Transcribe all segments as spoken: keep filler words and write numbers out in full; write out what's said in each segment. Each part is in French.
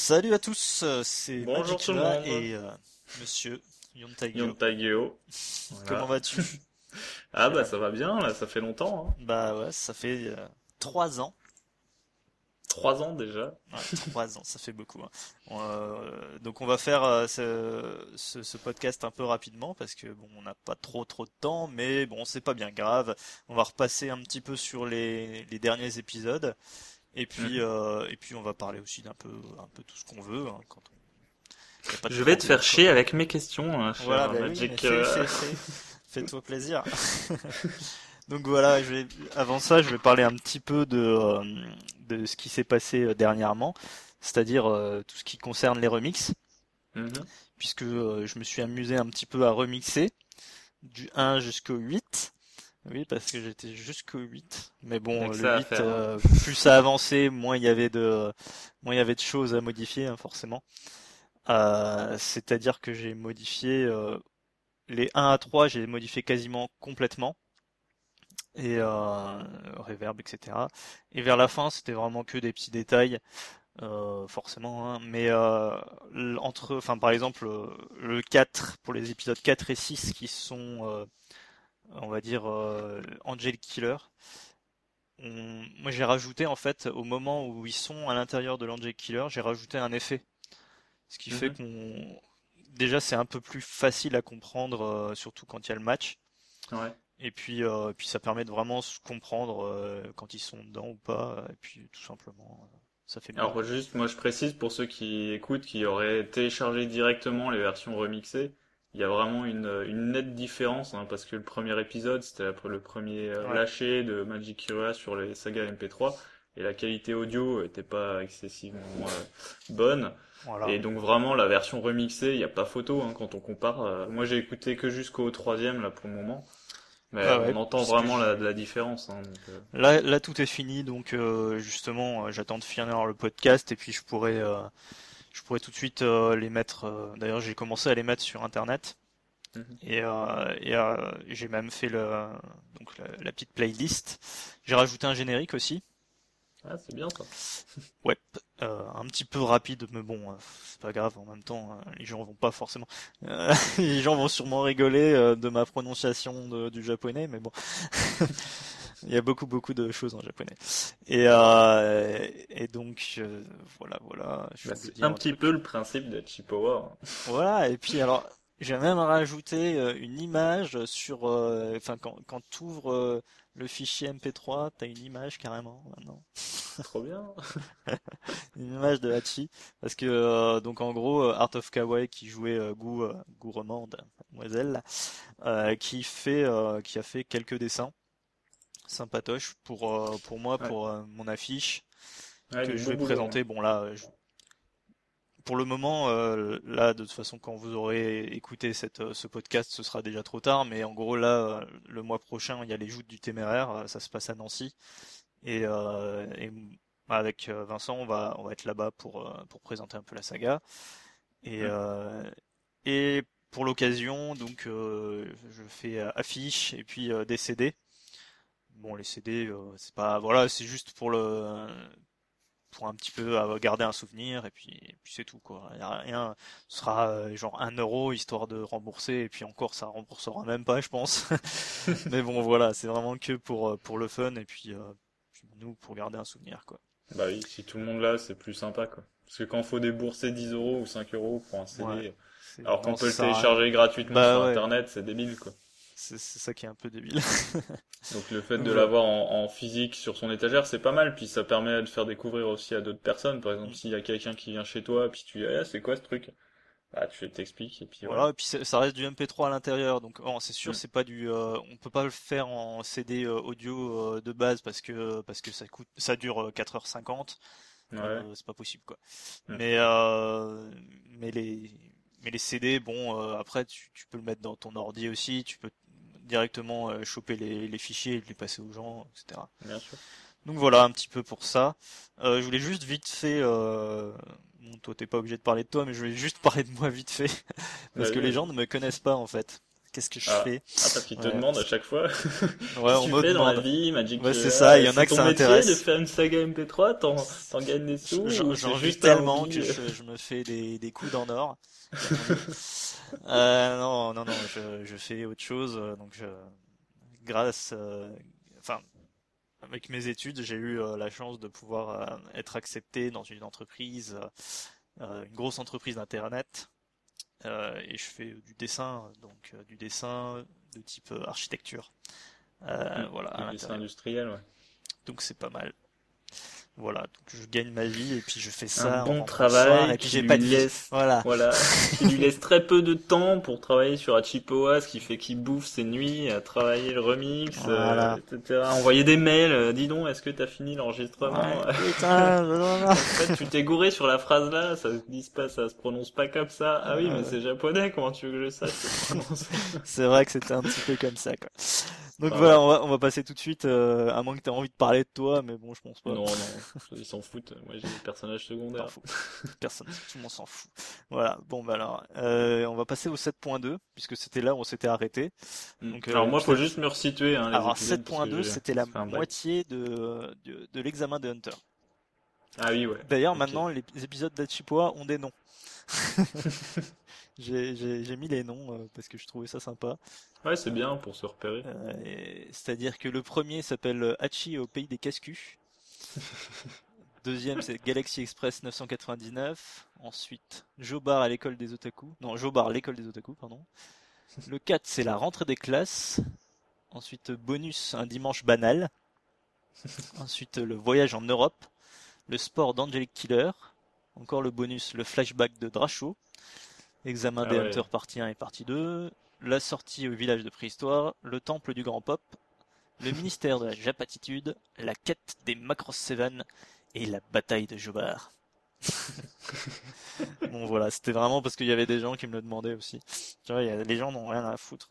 Salut à tous, euh, c'est Bonjour tout le Magicula monde, et euh, Monsieur Yontagyo. Yontageo. Comment Voilà. vas-tu, Ah cher bah ça ami? va bien, là, ça fait longtemps, hein. Bah ouais, ça fait euh, trois ans. Trois ans déjà. Ouais, trois ans, ça fait beaucoup, hein. Euh, donc on va faire euh, ce, ce- ce podcast un peu rapidement parce que bon, on n'a pas trop trop de temps, mais bon, c'est pas bien grave. On va repasser un petit peu sur les, les derniers épisodes et puis Mhm. euh, et puis on va parler aussi d'un peu un peu tout ce qu'on veut, hein, quand on... y a pas de Je vais te problème faire quoi. chier avec mes questions, hein, Voilà, cher bah oui, mais Magic. fais, euh. fais, fais, fais-toi plaisir. Donc voilà, je vais, avant ça, je vais parler un petit peu de, euh, de ce qui s'est passé euh, dernièrement, c'est-à-dire euh, tout ce qui concerne les remixes, Mhm. puisque euh, je me suis amusé un petit peu à remixer du un jusqu'au huit. Oui, parce que j'étais jusqu'au huit. Mais Y a bon, que le ça à huit, faire, hein. euh, plus ça avançait, moins il y avait de, moins il y avait de choses à modifier, hein, forcément. Euh, c'est-à-dire que j'ai modifié euh, les un à trois, j'ai modifié quasiment complètement. Et euh, reverb, et cetera. Et vers la fin, c'était vraiment que des petits détails, euh, forcément, hein. Mais euh, l- entre, enfin, par exemple, euh, le quatre, pour les épisodes quatre et six qui sont, euh, on va dire, euh, Angel Killer, on- moi j'ai rajouté en fait, au moment où ils sont à l'intérieur de l'Angel Killer, j'ai rajouté un effet. Ce qui fait Mhm. qu'on... Déjà, c'est un peu plus facile à comprendre, euh, surtout quand il y a le match. Ouais. Et puis, euh, puis ça permet de vraiment se comprendre euh, quand ils sont dedans ou pas. Et puis, tout simplement, euh, ça fait mieux, Alors quoi. juste, moi je précise pour ceux qui écoutent, qui auraient téléchargé directement les versions remixées, il y a vraiment une, une nette différence, hein, parce que le premier épisode, c'était la- le premier euh, Ouais, lâché de Magic Kiria sur les sagas M P trois, et la qualité audio était pas excessivement euh, bonne. voilà. Et donc vraiment la version remixée, il n'y a pas photo hein, quand on compare. Euh, moi j'ai écouté que jusqu'au troisième là pour le moment, mais Ouais, on ouais, entend puisque vraiment la, j'ai... la différence. Hein, donc, euh, Là, là, tout est fini, donc euh, justement, euh, j'attends de finir le podcast et puis je pourrais, euh, je pourrais tout de suite euh, les mettre. euh, D'ailleurs, j'ai commencé à les mettre sur Internet mhm. et, euh, et euh, j'ai même fait le, donc la, la petite playlist. J'ai rajouté un générique aussi. Ah c'est bien ça. Ouais, euh, un petit peu rapide, mais bon, euh, c'est pas grave. En même temps, euh, les gens vont pas forcément, euh, les gens vont sûrement rigoler euh, de ma prononciation de- du japonais, mais bon, il y a beaucoup beaucoup de choses en japonais. Et euh, et donc euh, voilà, voilà, je Bah, voulais c'est dire un un petit peu truc. le principe de Chippewa. Hein. Voilà, et puis alors, j'ai même rajouté euh, une image sur, euh, enfin quand quand tu ouvres le fichier M P trois, t'as une image carrément maintenant. Trop bien. Une image de Hachi, parce que euh, donc en gros euh, Art of Kawaii qui jouait euh, Gou euh, Gourmande, mademoiselle, euh, qui fait euh, qui a fait quelques dessins sympatoches pour euh, pour moi Ouais, pour euh, mon affiche ouais, que du je beau vais boulot. Hein. présenter. Bon là, je- pour le moment euh, là de toute façon quand vous aurez écouté cette euh, ce podcast, ce sera déjà trop tard. Mais en gros là, euh, le mois prochain, il y a les joutes du Téméraire, euh, ça se passe à Nancy. Et, euh, et avec euh, Vincent, on va, on va être là-bas pour, euh, pour présenter un peu la saga. Et, Hmm. euh, et pour l'occasion, donc, euh, je fais euh, affiche et puis euh, des C D. Bon, les C D, euh, c'est pas, voilà, c'est juste pour le, pour un petit peu euh, garder un souvenir et puis, et puis c'est tout quoi. Il y a rien, ce sera euh, genre un euro histoire de rembourser et puis encore ça remboursera même pas, je pense. Mais bon, voilà, c'est vraiment que pour euh, pour le fun et puis, euh, puis nous pour garder un souvenir quoi. Bah oui, si tout le monde l'a, c'est plus sympa quoi. Parce que quand faut débourser dix euros ou cinq euros pour un Ouais, C D, c'est alors qu'on non, peut ça le sert à rien. télécharger gratuitement sur Bah ouais, internet, c'est débile quoi. c'est c'est ça qui est un peu débile. Donc le fait Donc de voilà. l'avoir en, en physique sur son étagère, c'est pas mal, puis ça permet de faire découvrir aussi à d'autres personnes. Par exemple, Mm. s'il y a quelqu'un qui vient chez toi, puis tu dis, ah, c'est quoi ce truc? Bah, tu t'expliques, et puis voilà. Voilà, et puis c'est- ça reste du M P trois à l'intérieur, donc bon, c'est sûr, Hmm. c'est pas du, euh, on peut pas le faire en C D euh, audio euh, de base parce que parce que ça coûte, ça dure euh, quatre heures cinquante, Ouais. euh, c'est pas possible quoi. Hmm. Mais euh, mais les mais les C D, bon, euh, après tu, tu peux le mettre dans ton ordi aussi, tu peux directement euh, choper les, les fichiers et les passer aux gens, et cetera. Bien sûr. Donc voilà un petit peu pour ça. Euh, je voulais juste vite fait, euh... bon, toi t'es pas obligé de parler de toi, mais je voulais juste parler de moi vite fait parce que Vas-y, les gens vas-y. ne me connaissent pas en fait. qu'est-ce que je Ah, fais? ah parce qu'ils te Ouais, demandent à chaque fois. ouais, Qu'est-ce on que tu me fais dans la demande. vie, Magic? Ouais, c'est ça, euh, il y en a c'est que ton ça métier de intéresse. faire une saga M P trois, t'en, t'en gagnes des sous J'en ou c'est j'en vis juste un tellement que hobby? je, je me fais des, des coudes en or, comme on dit. Euh, non, non, non, je, je fais autre chose. euh, Donc, je, grâce, euh, enfin, avec mes études, j'ai eu euh, la chance de pouvoir euh, être accepté dans une entreprise, euh, une grosse entreprise d'internet, euh, et je fais du dessin, donc euh, du dessin de type euh, architecture, Hmm, euh, voilà, à du dessin l'intérieur. industriel, ouais. Donc c'est pas mal. Voilà, donc je gagne ma vie et puis je fais Un ça en bon rentrant le soir travail et puis qui j'ai pas lui de vie. laisse, Voilà. voilà, qui lui laisse très peu de temps pour travailler sur Hachipoa, ce qui fait qu'il bouffe ses nuits à travailler le remix, euh, Voilà. et cetera. Envoyer des mails, euh, dis donc, est-ce que t'as fini l'enregistrement? Ouais, putain, blablabla. En fait, tu t'es gouré sur la phrase là, ça se dit pas, ça se prononce pas comme ça. Ah oui, mais Euh, c'est japonais, comment tu veux que je sache le prononcer? c'est vrai que c'était un petit peu comme ça, quoi. Donc Enfin voilà, bref. on va, on va passer tout de suite, euh, à moins que tu aies envie de parler de toi, mais bon, je pense pas. Non, non, ils s'en foutent. Moi, j'ai des personnages T'en secondaires. fous. Personne, tout le monde s'en fout. Voilà, bon bah alors, euh, on va passer au sept point deux, puisque c'était là où on s'était arrêté. Hmm. Donc Alors euh, moi, faut épisode... juste me resituer, hein, les Alors épisodes, parce que sept point deux, j'ai, c'était la ça fait un bail. moitié de, de, de l'examen de Hunter. Ah oui, ouais. D'ailleurs, Ok. maintenant, les épisodes d'Hachipoa ont des noms. J'ai j'ai- j'ai mis les noms euh, parce que je trouvais ça sympa. Ouais, c'est bien pour se repérer. Euh, et- C'est-à-dire que le premier s'appelle euh, Hachi au pays des cascus. Deuxième, c'est Galaxy Express neuf cent quatre-vingt-dix-neuf. Ensuite, Jobar à l'école des otaku. Non, Jobar, l'école des otaku, pardon. Le quatre, c'est la rentrée des classes. Ensuite, bonus, un dimanche banal. Ensuite, le voyage en Europe. Le sport d'Angelic Killer. Encore le bonus, le flashback de Dracho. Examen Ah des ouais. Hunters partie un et partie deux. La sortie au village de préhistoire. Le temple du grand pop. Le ministère de la Japatitude. La quête des Macross Seven. Et la bataille de Jobar. Bon voilà, c'était vraiment parce qu'il y avait des gens qui me le demandaient aussi. Tu vois, il y a- les gens n'ont rien à foutre.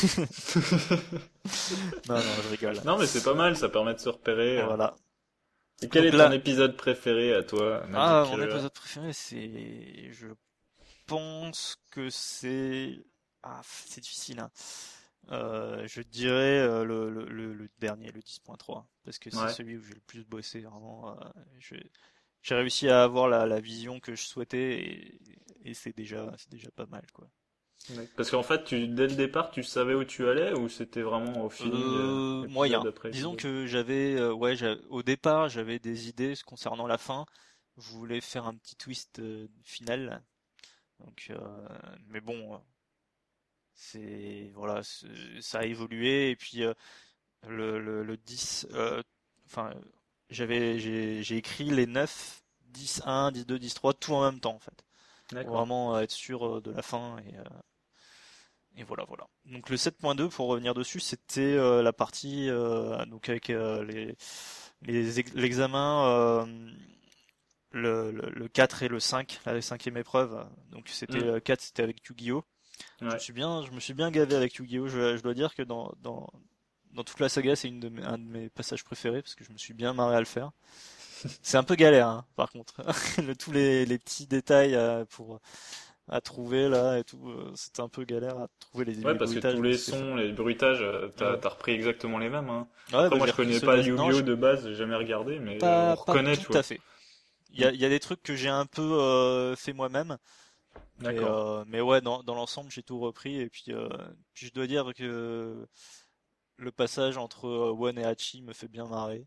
Non, non, je rigole. Non, mais c'est pas mal, ça permet de se repérer. Voilà. Et quel Donc est ton là, épisode préféré à toi, Magic ah, mon Killer? épisode préféré, c'est, je pense que c'est, ah, c'est difficile, hein. Euh, je dirais euh, le, le, le- le dernier, le dix point trois, parce que c'est Ouais. celui où j'ai le plus bossé, vraiment. euh, je- j'ai réussi à avoir la, la vision que je souhaitais et, et c'est déjà, c'est déjà pas mal, quoi. Ouais. Parce qu'en fait, tu, dès le départ, tu savais où tu allais ou c'était vraiment au feeling, euh, Euh, épisode moyen. après Disons épisode? que j'avais, euh, ouais, j'a- au départ, j'avais des idées concernant la fin. Je voulais faire un petit twist euh, final. Donc, euh, mais bon, euh, c'est, voilà, c'est- ça a évolué. Et puis euh, le, le, le dix, euh, enfin, j'avais, j'ai, j'ai écrit les neuf, dix un, dix deux, dix trois, tout en même temps en fait, pour D'accord. vraiment euh, être sûr euh, de la fin. Et, euh, et voilà, voilà. Donc le sept point deux, pour revenir dessus, c'était euh, la partie euh, donc avec euh, les, les ex- l'examen, euh, le, le, le quatre et le cinq, la cinquième épreuve. Donc c'était Hmm. euh, quatre, c'était avec Yu-Gi-Oh! Je me Ouais. suis bien, je me suis bien gavé avec Yu-Gi-Oh! Je, je dois dire que dans, dans, dans toute la saga, c'est une de mes- un de mes passages préférés parce que je me suis bien marré à le faire. C'est un peu galère, hein, par contre. Le- tous les, les petits détails euh, pour à trouver là et tout, euh, c'était un peu galère à trouver les, Ouais, les parce que bruitages, tous mais les c'était fun. sons, les bruitages, euh, t'as, Ouais, t'as repris exactement les mêmes, hein. ouais, Après, bah, moi, j'ai je repris connais ceux de pas la... Non, Yu-Gi-Oh! j'ai de base, j'ai jamais regardé, mais euh, on pas, pas reconnaît, tu tout à vois. fait. Il y Hmm. a, il y a des trucs que j'ai un peu euh, fait moi-même, mais, D'accord. euh, mais ouais, dans, dans l'ensemble, j'ai tout repris. Et puis, euh, puis je dois dire que le passage entre euh, One et Hachi me fait bien marrer.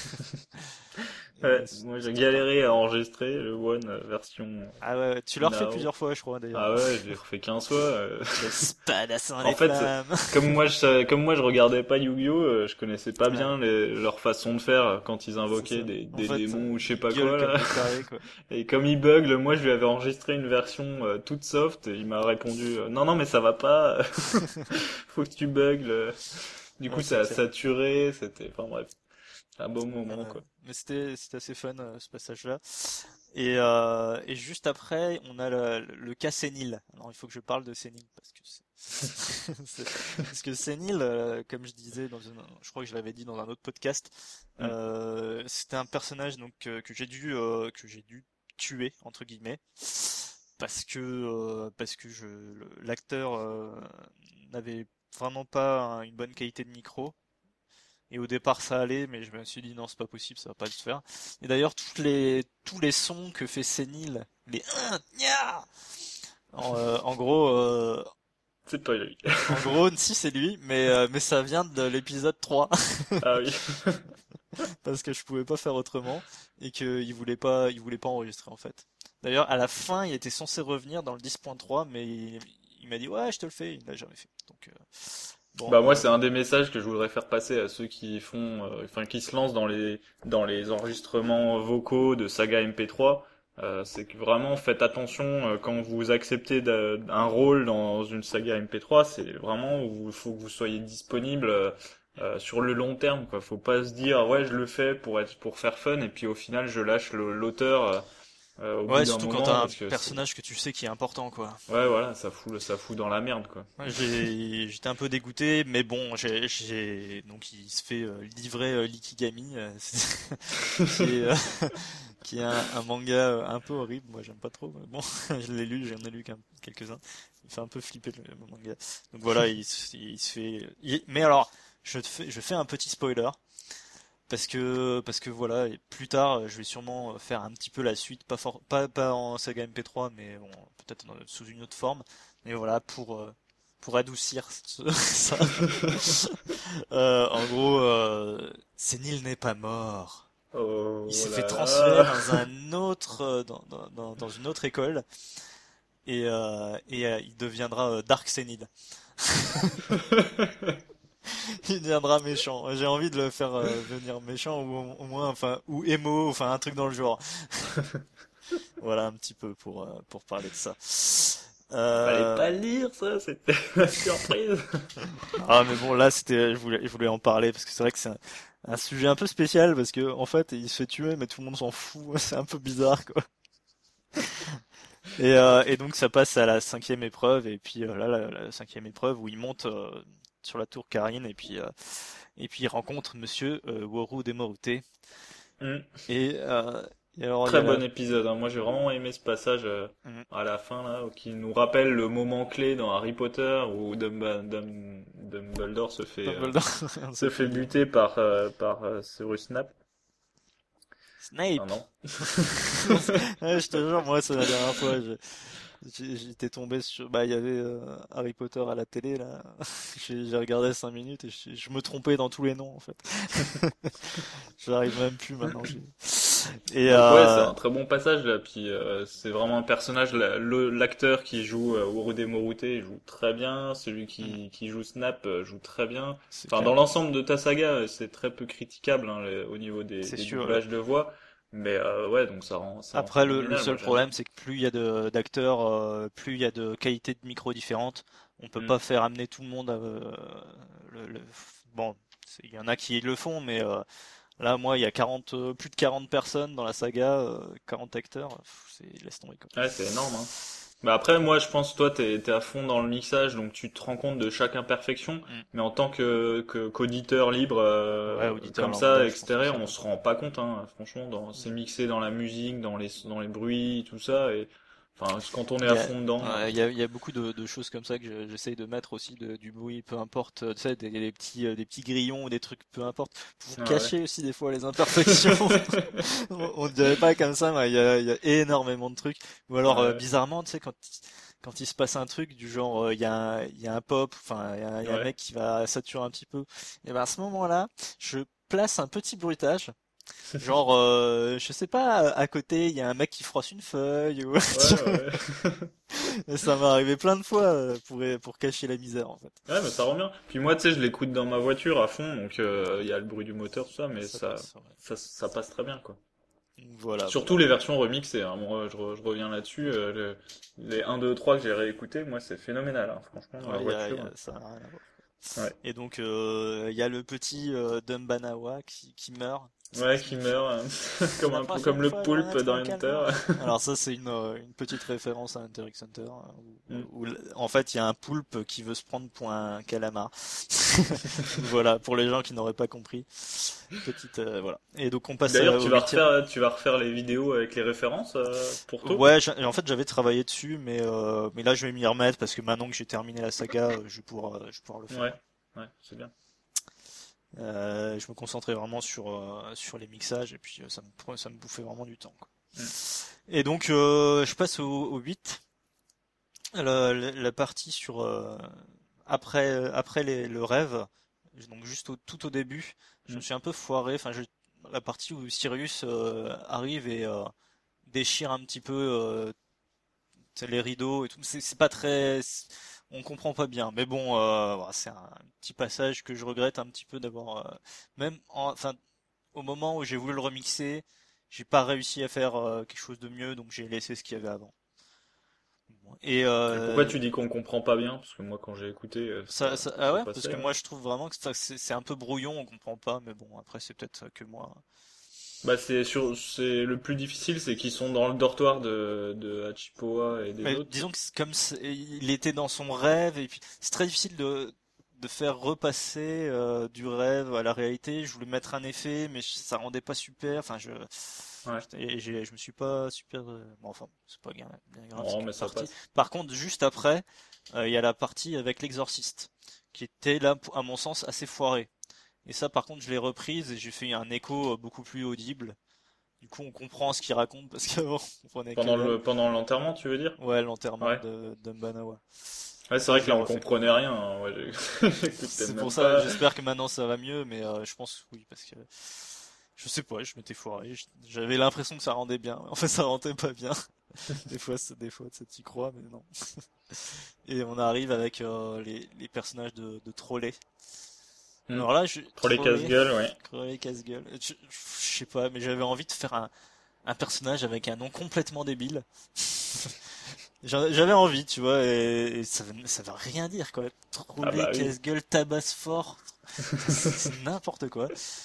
Et Ouais, c- moi, j'ai c'était pas mal. galéré à enregistrer le One euh, version Ah ouais, ouais, tu l'as refait Now. plusieurs fois, je crois, d'ailleurs. Ah ouais, je l'ai refait quinze fois. euh. Le spadassin En des fait, flammes. comme moi je savais- comme moi je regardais pas Yu-Gi-Oh, euh, je connaissais pas Ouais, bien les- leur façon de faire quand ils c'est invoquaient ça. des, En des fait, démons euh, ou je sais il pas gueule quoi comme là. des tarés, quoi. Et comme il bugle, moi je lui avais enregistré une version euh, toute soft et il m'a répondu euh, non non mais ça va pas, faut que tu bugles. Du coup Ouais, c'est ça a clair. saturé, c'était enfin bref, un beau moment Euh, quoi. mais c'était c'était assez fun euh, ce passage-là. Et, euh, et juste après, on a le, le cas Sénile. Alors il faut que je parle de Sénile parce que c'est, c'est- parce que Sénile, euh, comme je disais dans une, je crois que je l'avais dit dans un autre podcast, Mm. euh, c'était un personnage donc euh, que j'ai dû euh, que j'ai dû tuer entre guillemets parce que euh, parce que je le- l'acteur euh, n'avait vraiment pas un- une bonne qualité de micro. Et au départ ça allait, mais je me suis dit non c'est pas possible, ça va pas se faire. Et d'ailleurs toutes les tous les sons que fait Sénile, les un, gna en, euh, en gros euh, C'est pas lui. en gros si c'est lui, mais euh, mais ça vient de l'épisode trois Ah oui. parce que je pouvais pas faire autrement et qu'il voulait pas il voulait pas enregistrer en fait. D'ailleurs à la fin il était censé revenir dans le dix point trois, mais il, il m'a dit ouais je te le fais, il l'a jamais fait. Donc euh, bon Bah moi euh, c'est un des messages que je voudrais faire passer à ceux qui font, euh, enfin qui se lancent dans les dans les enregistrements vocaux de saga M P trois. Euh, c'est que vraiment faites attention euh, quand vous acceptez d'a- un rôle dans une saga M P trois, c'est vraiment où il faut que vous soyez disponible euh, euh, sur le long terme quoi. Faut pas se dire ouais je le fais pour être pour faire fun et puis au final je lâche le- l'auteur euh, euh, au bout ouais d'un surtout quand moment t'as un parce que c'est personnage que tu sais qui est important quoi. ouais voilà ça fout ça fout dans la merde quoi. Ouais, J'ai, j'étais un peu dégoûté, mais bon, j'ai, j'ai, donc il se fait euh, livrer euh, l'Ikigami, euh, c'est- qui est, euh, qui est un, un manga euh, un peu horrible. Moi, j'aime pas trop, mais bon, je l'ai lu, j'en ai lu qu'un- quelques-uns. Il fait un peu flipper le, le manga. Donc voilà, il, se- il se fait. il- Mais alors, je te fais, je fais un petit spoiler parce que, parce que voilà, et plus tard, je vais sûrement faire un petit peu la suite, pas for- pas, pas en saga M P trois, mais bon, peut-être dans- sous une autre forme. Et voilà, pour euh, pour adoucir ce- ça. Euh, en gros, euh, Sénile n'est pas mort. Il Oh s'est fait là transférer là. dans un autre, euh, dans, dans, dans, dans une autre école et, euh, et euh, il deviendra euh, Dark Sénile. Il deviendra méchant. J'ai envie de le faire euh, venir méchant ou au, au moins, enfin, ou émo, enfin un truc dans le genre. Voilà un petit peu pour euh, pour parler de ça. Fallait Euh, pas le dire ça, c'était la surprise. Ah mais bon là c'était je voulais je voulais en parler parce que c'est vrai que c'est un, un sujet un peu spécial parce que en fait il se fait tuer mais tout le monde s'en fout, c'est un peu bizarre quoi. Et, euh, et donc ça passe à la cinquième épreuve et puis euh, là la, la cinquième épreuve où il monte euh, sur la tour Karine et puis euh, et puis il rencontre Monsieur euh, Woru Demorute Hmm. et, euh, et alors il y Très a la bon épisode, hein. Moi j'ai vraiment aimé ce passage euh, Mhm. à la fin là, qui nous rappelle le moment clé dans Harry Potter où Dumba- Dum- Dumbledore se fait euh, Dumbledore, on se sait fait plus dire. buter par euh, par euh, Severus Snape. Ah Snape. non. Ouais, je te jure moi c'est la dernière fois je- J'ai- J'étais tombé sur, bah, il y avait euh, Harry Potter à la télé là. J'ai j'ai regardé cinq minutes et je, je me trompais dans tous les noms en fait. J'arrive même plus maintenant. j'ai- Et Donc ouais, c'est euh, un très bon passage là. Puis euh, c'est vraiment un personnage, la- le- l'acteur qui joue euh, Urude Morute il joue très bien. Celui hmm, qui, qui joue Snap euh, joue très bien. c'est Enfin, dans clair, l'ensemble de ta saga, euh, c'est très peu critiquable hein, le- au niveau des, c'est des sûr. Ouais. doublages de voix. Mais euh, ouais, donc ça rend ça rend Après le, le phénoménal. seul Moi j'aime bien. problème c'est que plus il y a de d'acteurs, euh, plus il y a de qualités de micro différentes. On peut Hmm. pas faire amener tout le monde. À, euh, le, le- Bon, c'est- il y en a qui le font, mais euh, là moi il y a quarante, euh, plus de quarante personnes dans la saga, euh, quarante acteurs. Pff, c'est laisse tomber quoi. Ouais, c'est énorme. Hein. Mais après, moi, je pense, toi, t'es, t'es à fond dans le mixage, donc tu te rends compte de chaque imperfection. Hmm. Mais en tant que, que qu'auditeur libre, Ouais, euh, auditeur comme ça, lambda, je pense que extérieur, ça on va. se rend pas compte. Hein, franchement, dans, c'est mixé dans la musique, dans les, dans les bruits, tout ça. Et enfin, quand on est Il à y a, fond dedans. ouais, il y a, il y a beaucoup de, de choses comme ça que je- j'essaye de mettre aussi de- du bruit, peu importe, euh, tu sais, des, des petits, euh, des petits grillons ou des trucs, peu importe, pour euh, ah ouais. cacher aussi des fois les imperfections. On on dirait pas comme ça, mais il y a, il y a énormément de trucs. Ou alors, euh, Ouais. bizarrement, tu sais, quand, quand il se passe un truc du genre, euh, il y a un, il y a un pop, enfin, il y a, il y a un Ouais. mec qui va saturer un petit peu, et ben à ce moment-là, je place un petit bruitage. Genre, euh, je sais pas, à côté, il y a un mec qui froisse une feuille, ou Ouais, ouais. Et ça m'est arrivé plein de fois euh, pour, pour cacher la misère en fait. Ouais, mais ça rend bien. Puis moi, tu sais, je l'écoute dans ma voiture à fond, donc euh, il y a le bruit du moteur, tout ça, mais Ça ça, passe, ouais. ça, ça passe très bien, quoi. Voilà, Surtout voilà. les versions remixées, hein. Moi, je, re- je reviens là-dessus. euh, le- les un, deux, trois que j'ai réécouté, moi, c'est phénoménal, hein. Franchement, dans la Ouais, y a, y voiture. a- ça n'a rien à voir. Ouais. Et donc, euh, il y a le petit euh, Dumbanawa qui, qui meurt. Ouais, qui meurt, hein. Comme La un peu comme prochaine le fois, j'en poulpe mettrai dans un Hunter. calmant. Alors ça, c'est une, euh, une petite référence à Hunter x Hunter, hein, où, Hmm. où- où, en fait, il y a un poulpe qui veut se prendre pour un calamar. Voilà, pour les gens qui n'auraient pas compris. Petite, euh, voilà. Et donc on passe D'ailleurs, euh, tu au vas huitième. refaire, tu vas refaire les vidéos avec les références euh, pour tout? Ouais, j'ai- en fait, j'avais travaillé dessus, mais euh, mais là, je vais m'y remettre parce que maintenant que j'ai terminé la saga, euh, je vais pouvoir, euh, je vais pouvoir le faire. Ouais, ouais, c'est bien. Euh, je me concentrais vraiment sur euh, sur les mixages et puis euh, ça me pre- ça me bouffait vraiment du temps, quoi. Hmm. Et donc euh, je passe au, au huit, la, la- la partie sur euh, après après les- le rêve, donc juste au, tout au début, je me Hmm. suis un peu foiré. Enfin, je, la partie où Sirius euh, arrive et euh, déchire un petit peu euh, les rideaux et tout. C'est c'est pas très, on comprend pas bien. Mais bon, euh, voilà, c'est un petit passage que je regrette un petit peu d'avoir, euh, même, en- enfin, au moment où j'ai voulu le remixer, j'ai pas réussi à faire euh, quelque chose de mieux, donc j'ai laissé ce qu'il y avait avant. Et Et pourquoi euh, tu dis qu'on comprend pas bien? Parce que moi, quand j'ai écouté, euh, ça, ça, ça- ah ça ouais, parce passait, que hein. moi je trouve vraiment que ça- c'est c'est un peu brouillon, on comprend pas, mais bon, après c'est peut-être que moi. Bah, c'est sur, c'est le plus difficile, c'est qu'ils sont dans le dortoir de, de Hachipoa et des Mais autres. disons que c'est comme c'est- il était dans son rêve et puis c'est très difficile de de faire repasser euh, du rêve à la réalité. Je voulais mettre un effet, mais ça rendait pas super. Enfin, je Ouais. et j'ai je me suis pas super. euh, Bon, enfin, c'est pas bien, bien grave, c'est Non, qu'une mais ça partie. passe. Par contre, juste après, euh, il y a la partie avec l'exorciste qui était là, à mon sens, assez foirée. Et ça, par contre, je l'ai reprise et j'ai fait un écho euh, beaucoup plus audible. Du coup, on comprend ce qu'il raconte parce qu'avant, on comprenait que Pendant dalle. le, pendant l'enterrement, tu veux dire? Ouais, l'enterrement Ouais. de d'Umbanawa. Ouais, c'est Ça, vrai je que l'ai là, on refait. comprenait rien, hein. Ouais, j'ai- j'écoutais C'est pour même ça, pas. j'espère que maintenant ça va mieux, mais euh, je pense oui, parce que je sais pas, je m'étais foiré. je- J'avais l'impression que ça rendait bien. En fait, ça rendait pas bien. Des fois, c'est des fois, tu t'y crois, mais non. Et on arrive avec euh, les, les personnages de, de Trolley. Hmm. Alors là, je Pour les Trolley, casse-gueules, ouais. Trolley casse-gueule. Je, je sais pas, mais j'avais envie de faire un, un personnage avec un nom complètement débile. J'en- J'avais envie, tu vois, et, et ça, veut- ça veut rien dire, quoi. Ah Trolley, bah oui. casse-gueule, tabasse fort, c'est c'est n'importe quoi.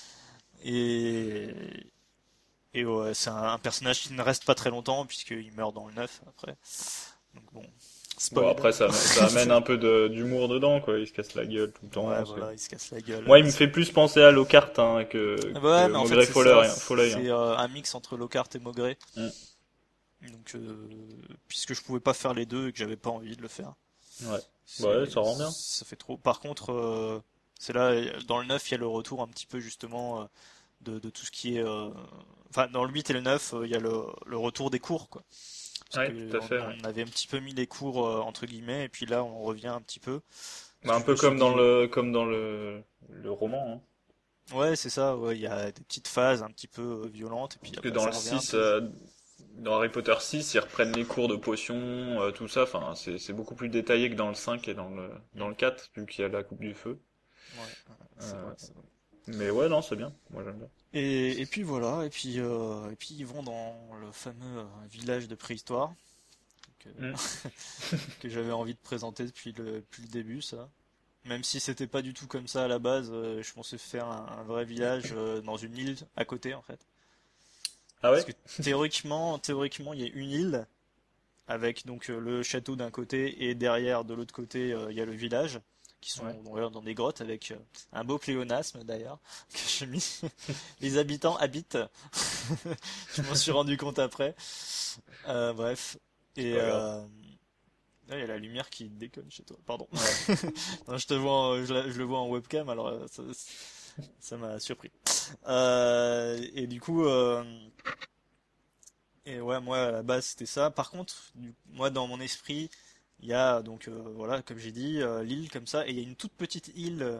Et, et ouais, c'est un, un personnage qui ne reste pas très longtemps, puisqu'il meurt dans le neuf après. Donc bon, Bon, spoil. après, ça, ça amène un peu de- d'humour dedans, quoi. Il se casse la gueule tout le Ouais, temps. c'est- voilà, il se casse la gueule. Moi, euh, il me c'est- fait plus penser à Lockhart, hein, que, Ouais, que mais en fait, Maugrey c'est ça, Foley, hein. Foley, hein. c'est euh, un mix entre Lockhart et Maugrey. Hmm. Donc, euh, puisque je pouvais pas faire les deux et que j'avais pas envie de le faire. Ouais. Ouais, C'est, ça rend bien. ça fait trop. Par contre, euh, c'est là, dans le neuf, il y a le retour un petit peu justement euh, de, de tout ce qui est. euh, Enfin, dans le huit et le neuf, euh, il y a le, le retour des cours, quoi. Parce Ouais, que tout à on, fait, ouais. on avait un petit peu mis les cours euh, entre guillemets, et puis là, on revient un petit peu. Parce Bah, que un je peu me suis comme dans dit, le, comme dans le, le roman, hein. ouais, c'est ça, ouais, il y a des petites phases un petit peu euh, violentes, et puis Parce que après, dans ça le revient un six, peu. euh, dans Harry Potter six, ils reprennent les cours de potions, euh, tout ça. Enfin, c'est, c'est beaucoup plus détaillé que dans le cinq et dans le, dans Mm. le quatre, vu qu'il y a la coupe du feu. Ouais, ouais, c'est Euh, vrai, c'est vrai. mais ouais, non, c'est bien. Moi, j'aime bien. Et, et puis voilà, et puis, euh, et puis ils vont dans le fameux euh, village de préhistoire. Que, Hmm. que j'avais envie de présenter depuis le, depuis le début, ça. Même si c'était pas du tout comme ça à la base, euh, je pensais faire un, un vrai village euh, dans une île à côté en fait. Ah Parce ouais? que théoriquement, théoriquement, il y a une île avec donc euh, le château d'un côté et derrière de l'autre côté euh, il y a le village qui sont Ouais. dans, dans des grottes avec euh, un beau pléonasme d'ailleurs que j'ai mis. Les habitants habitent. Je m'en suis rendu compte après. Euh, bref. C'est Et pas grave. euh, là, il y a la lumière qui déconne chez toi. Pardon. Ouais. Non, je te vois, en- je, la- je le vois en webcam, alors euh, ça ça m'a surpris. Euh, et du coup, euh, et ouais, moi à la base c'était ça. Par contre, du- moi dans mon esprit, il y a donc euh, voilà, comme j'ai dit, euh, l'île comme ça, et il y a une toute petite île euh,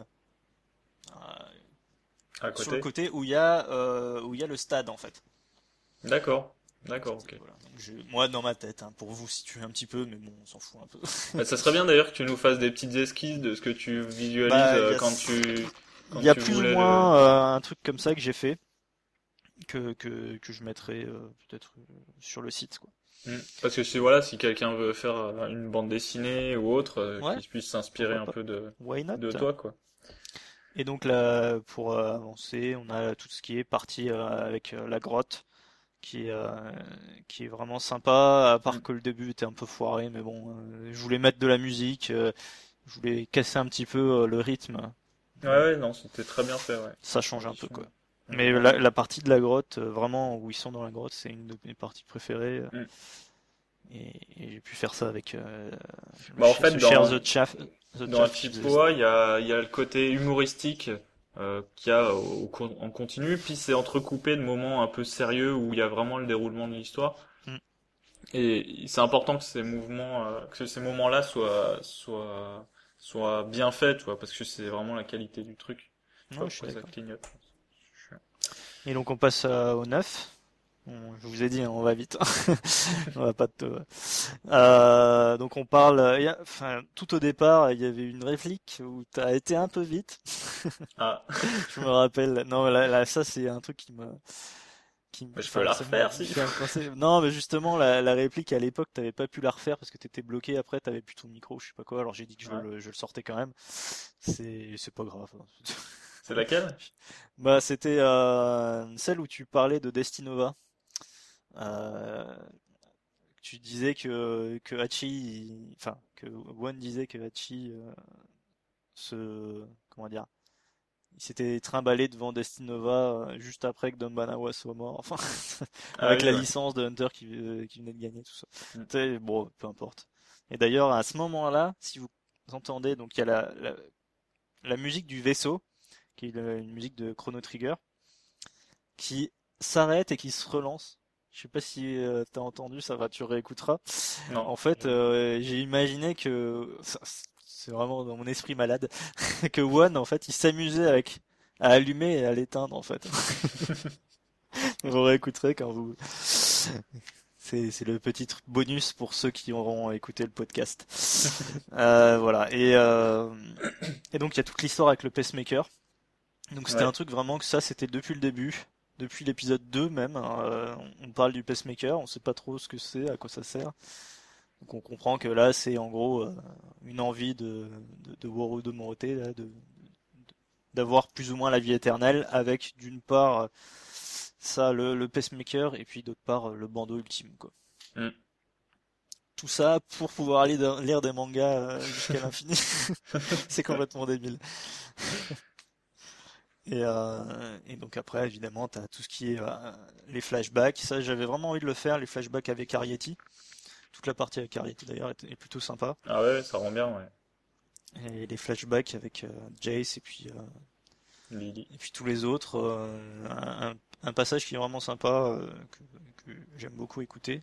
À sur le côté? côté où il y a euh, où il y a le stade en fait. D'accord. En D'accord, fait, ok. voilà. Donc, je- moi dans ma tête, hein, pour vous situer un petit peu, mais bon, on s'en fout un peu. Bah, ça serait bien d'ailleurs que tu nous fasses des petites esquisses de ce que tu visualises Bah, il euh, y a, quand tu, il quand y a tu plus ou voulais le. moins euh, un truc comme ça que j'ai fait, que, que, que je mettrai euh, peut-être euh, sur le site, quoi. Hmm. Parce que si voilà, si quelqu'un veut faire euh, une bande dessinée ou autre, euh, Ouais, qu'il puisse s'inspirer pourquoi un pas. peu de, Why not? de toi, quoi. Et donc là, pour euh, avancer, on a tout ce qui est parti euh, avec euh, la grotte, qui est, euh, qui est vraiment sympa, à Mm. part que le début était un peu foiré, mais bon, euh, je voulais mettre de la musique, euh, je voulais casser un petit peu euh, le rythme, Ouais, et ouais, non, c'était très bien fait, ouais. ça La change un peu, transition. quoi. Mm, Mais la, vraiment. la partie de la grotte, euh, vraiment, où ils sont dans la grotte, c'est une de mes parties préférées, euh, Mm. et, et j'ai pu faire ça avec euh, le Bah, en ch- fait, ce cher dans, The Chaff, The dans Chaff qui faisait ça. Hachipoa, il y a, il y a le côté humoristique euh, qu'il y a au, au con- en continu, puis c'est entrecoupé de moments un peu sérieux où il y a vraiment le déroulement de l'histoire. Mm. Et c'est important que ces mouvements, euh, que ces moments-là soient, soient, soient bien faits, tu vois, parce que c'est vraiment la qualité du truc. Je sais pas Ouais, je suis pourquoi ça d'accord. clignote. Je- Et donc on passe euh, au neuf. On- je vous ai dit, hein, on va vite. On va pas te... Euh, donc on parle, euh, y a- enfin, tout au départ, il y avait une réplique où t'as été un peu vite. Ah, Je me rappelle. Non, là, là, ça c'est un truc qui me, qui, me- mais je peux enfin, la ça me refaire si. fait penser. Non, mais justement, la, la réplique à l'époque, t'avais pas pu la refaire parce que t'étais bloqué. Après, t'avais plus ton micro, je sais pas quoi. Alors j'ai dit que je Ouais. le, je le sortais quand même. C'est, c'est pas grave. C'est laquelle? Bah, c'était euh, celle où tu parlais de Destinova. Euh, Tu disais que, que Hachi, il- enfin, que One disait que Hachi euh, se, comment dire, il s'était trimballé devant Destinova euh, juste après que Dombanawa soit mort, enfin, Ah avec oui, la ouais. licence de Hunter qui, euh, qui venait de gagner, tout ça. Mm. Tu sais, bon, peu importe. Et d'ailleurs, à ce moment-là, si vous entendez, donc il y a la, la, la musique du vaisseau, qui est le- une musique de Chrono Trigger, qui s'arrête et qui se relance. Je sais pas si euh, t'as entendu, ça va, tu réécouteras. Non. En fait, j'ai pas. euh, j'ai imaginé que ça, c'est vraiment dans mon esprit malade que One, en fait, il s'amusait avec à allumer et à l'éteindre, en fait. Vous réécouterez quand vous. C'est c'est le petit truc bonus pour ceux qui auront écouté le podcast. Euh, voilà. Et euh, et donc il y a toute l'histoire avec le pacemaker. Donc c'était un Ouais. truc vraiment que ça, c'était depuis le début. Depuis l'épisode deux même, hein, euh, on parle du pacemaker, on sait pas trop ce que c'est, à quoi ça sert. Donc on comprend que là c'est en gros euh, une envie de, de, de Woru de Morote, là, de, d'avoir plus ou moins la vie éternelle avec d'une part euh, ça le, le pacemaker et puis d'autre part euh, le bandeau ultime quoi. Mm. Tout ça pour pouvoir aller de- lire des mangas euh, jusqu'à l'infini. C'est complètement débile. Et, euh, et donc après évidemment t'as tout ce qui est euh, les flashbacks. Ça j'avais vraiment envie de le faire, les flashbacks avec Arrietty. Toute la partie avec Arrietty d'ailleurs est, est plutôt sympa. Ah ouais, ça rend bien, ouais. Et les flashbacks avec euh, Jace et puis euh, Lily. et puis tous les autres, euh, un, un passage qui est vraiment sympa, euh, que, que j'aime beaucoup écouter.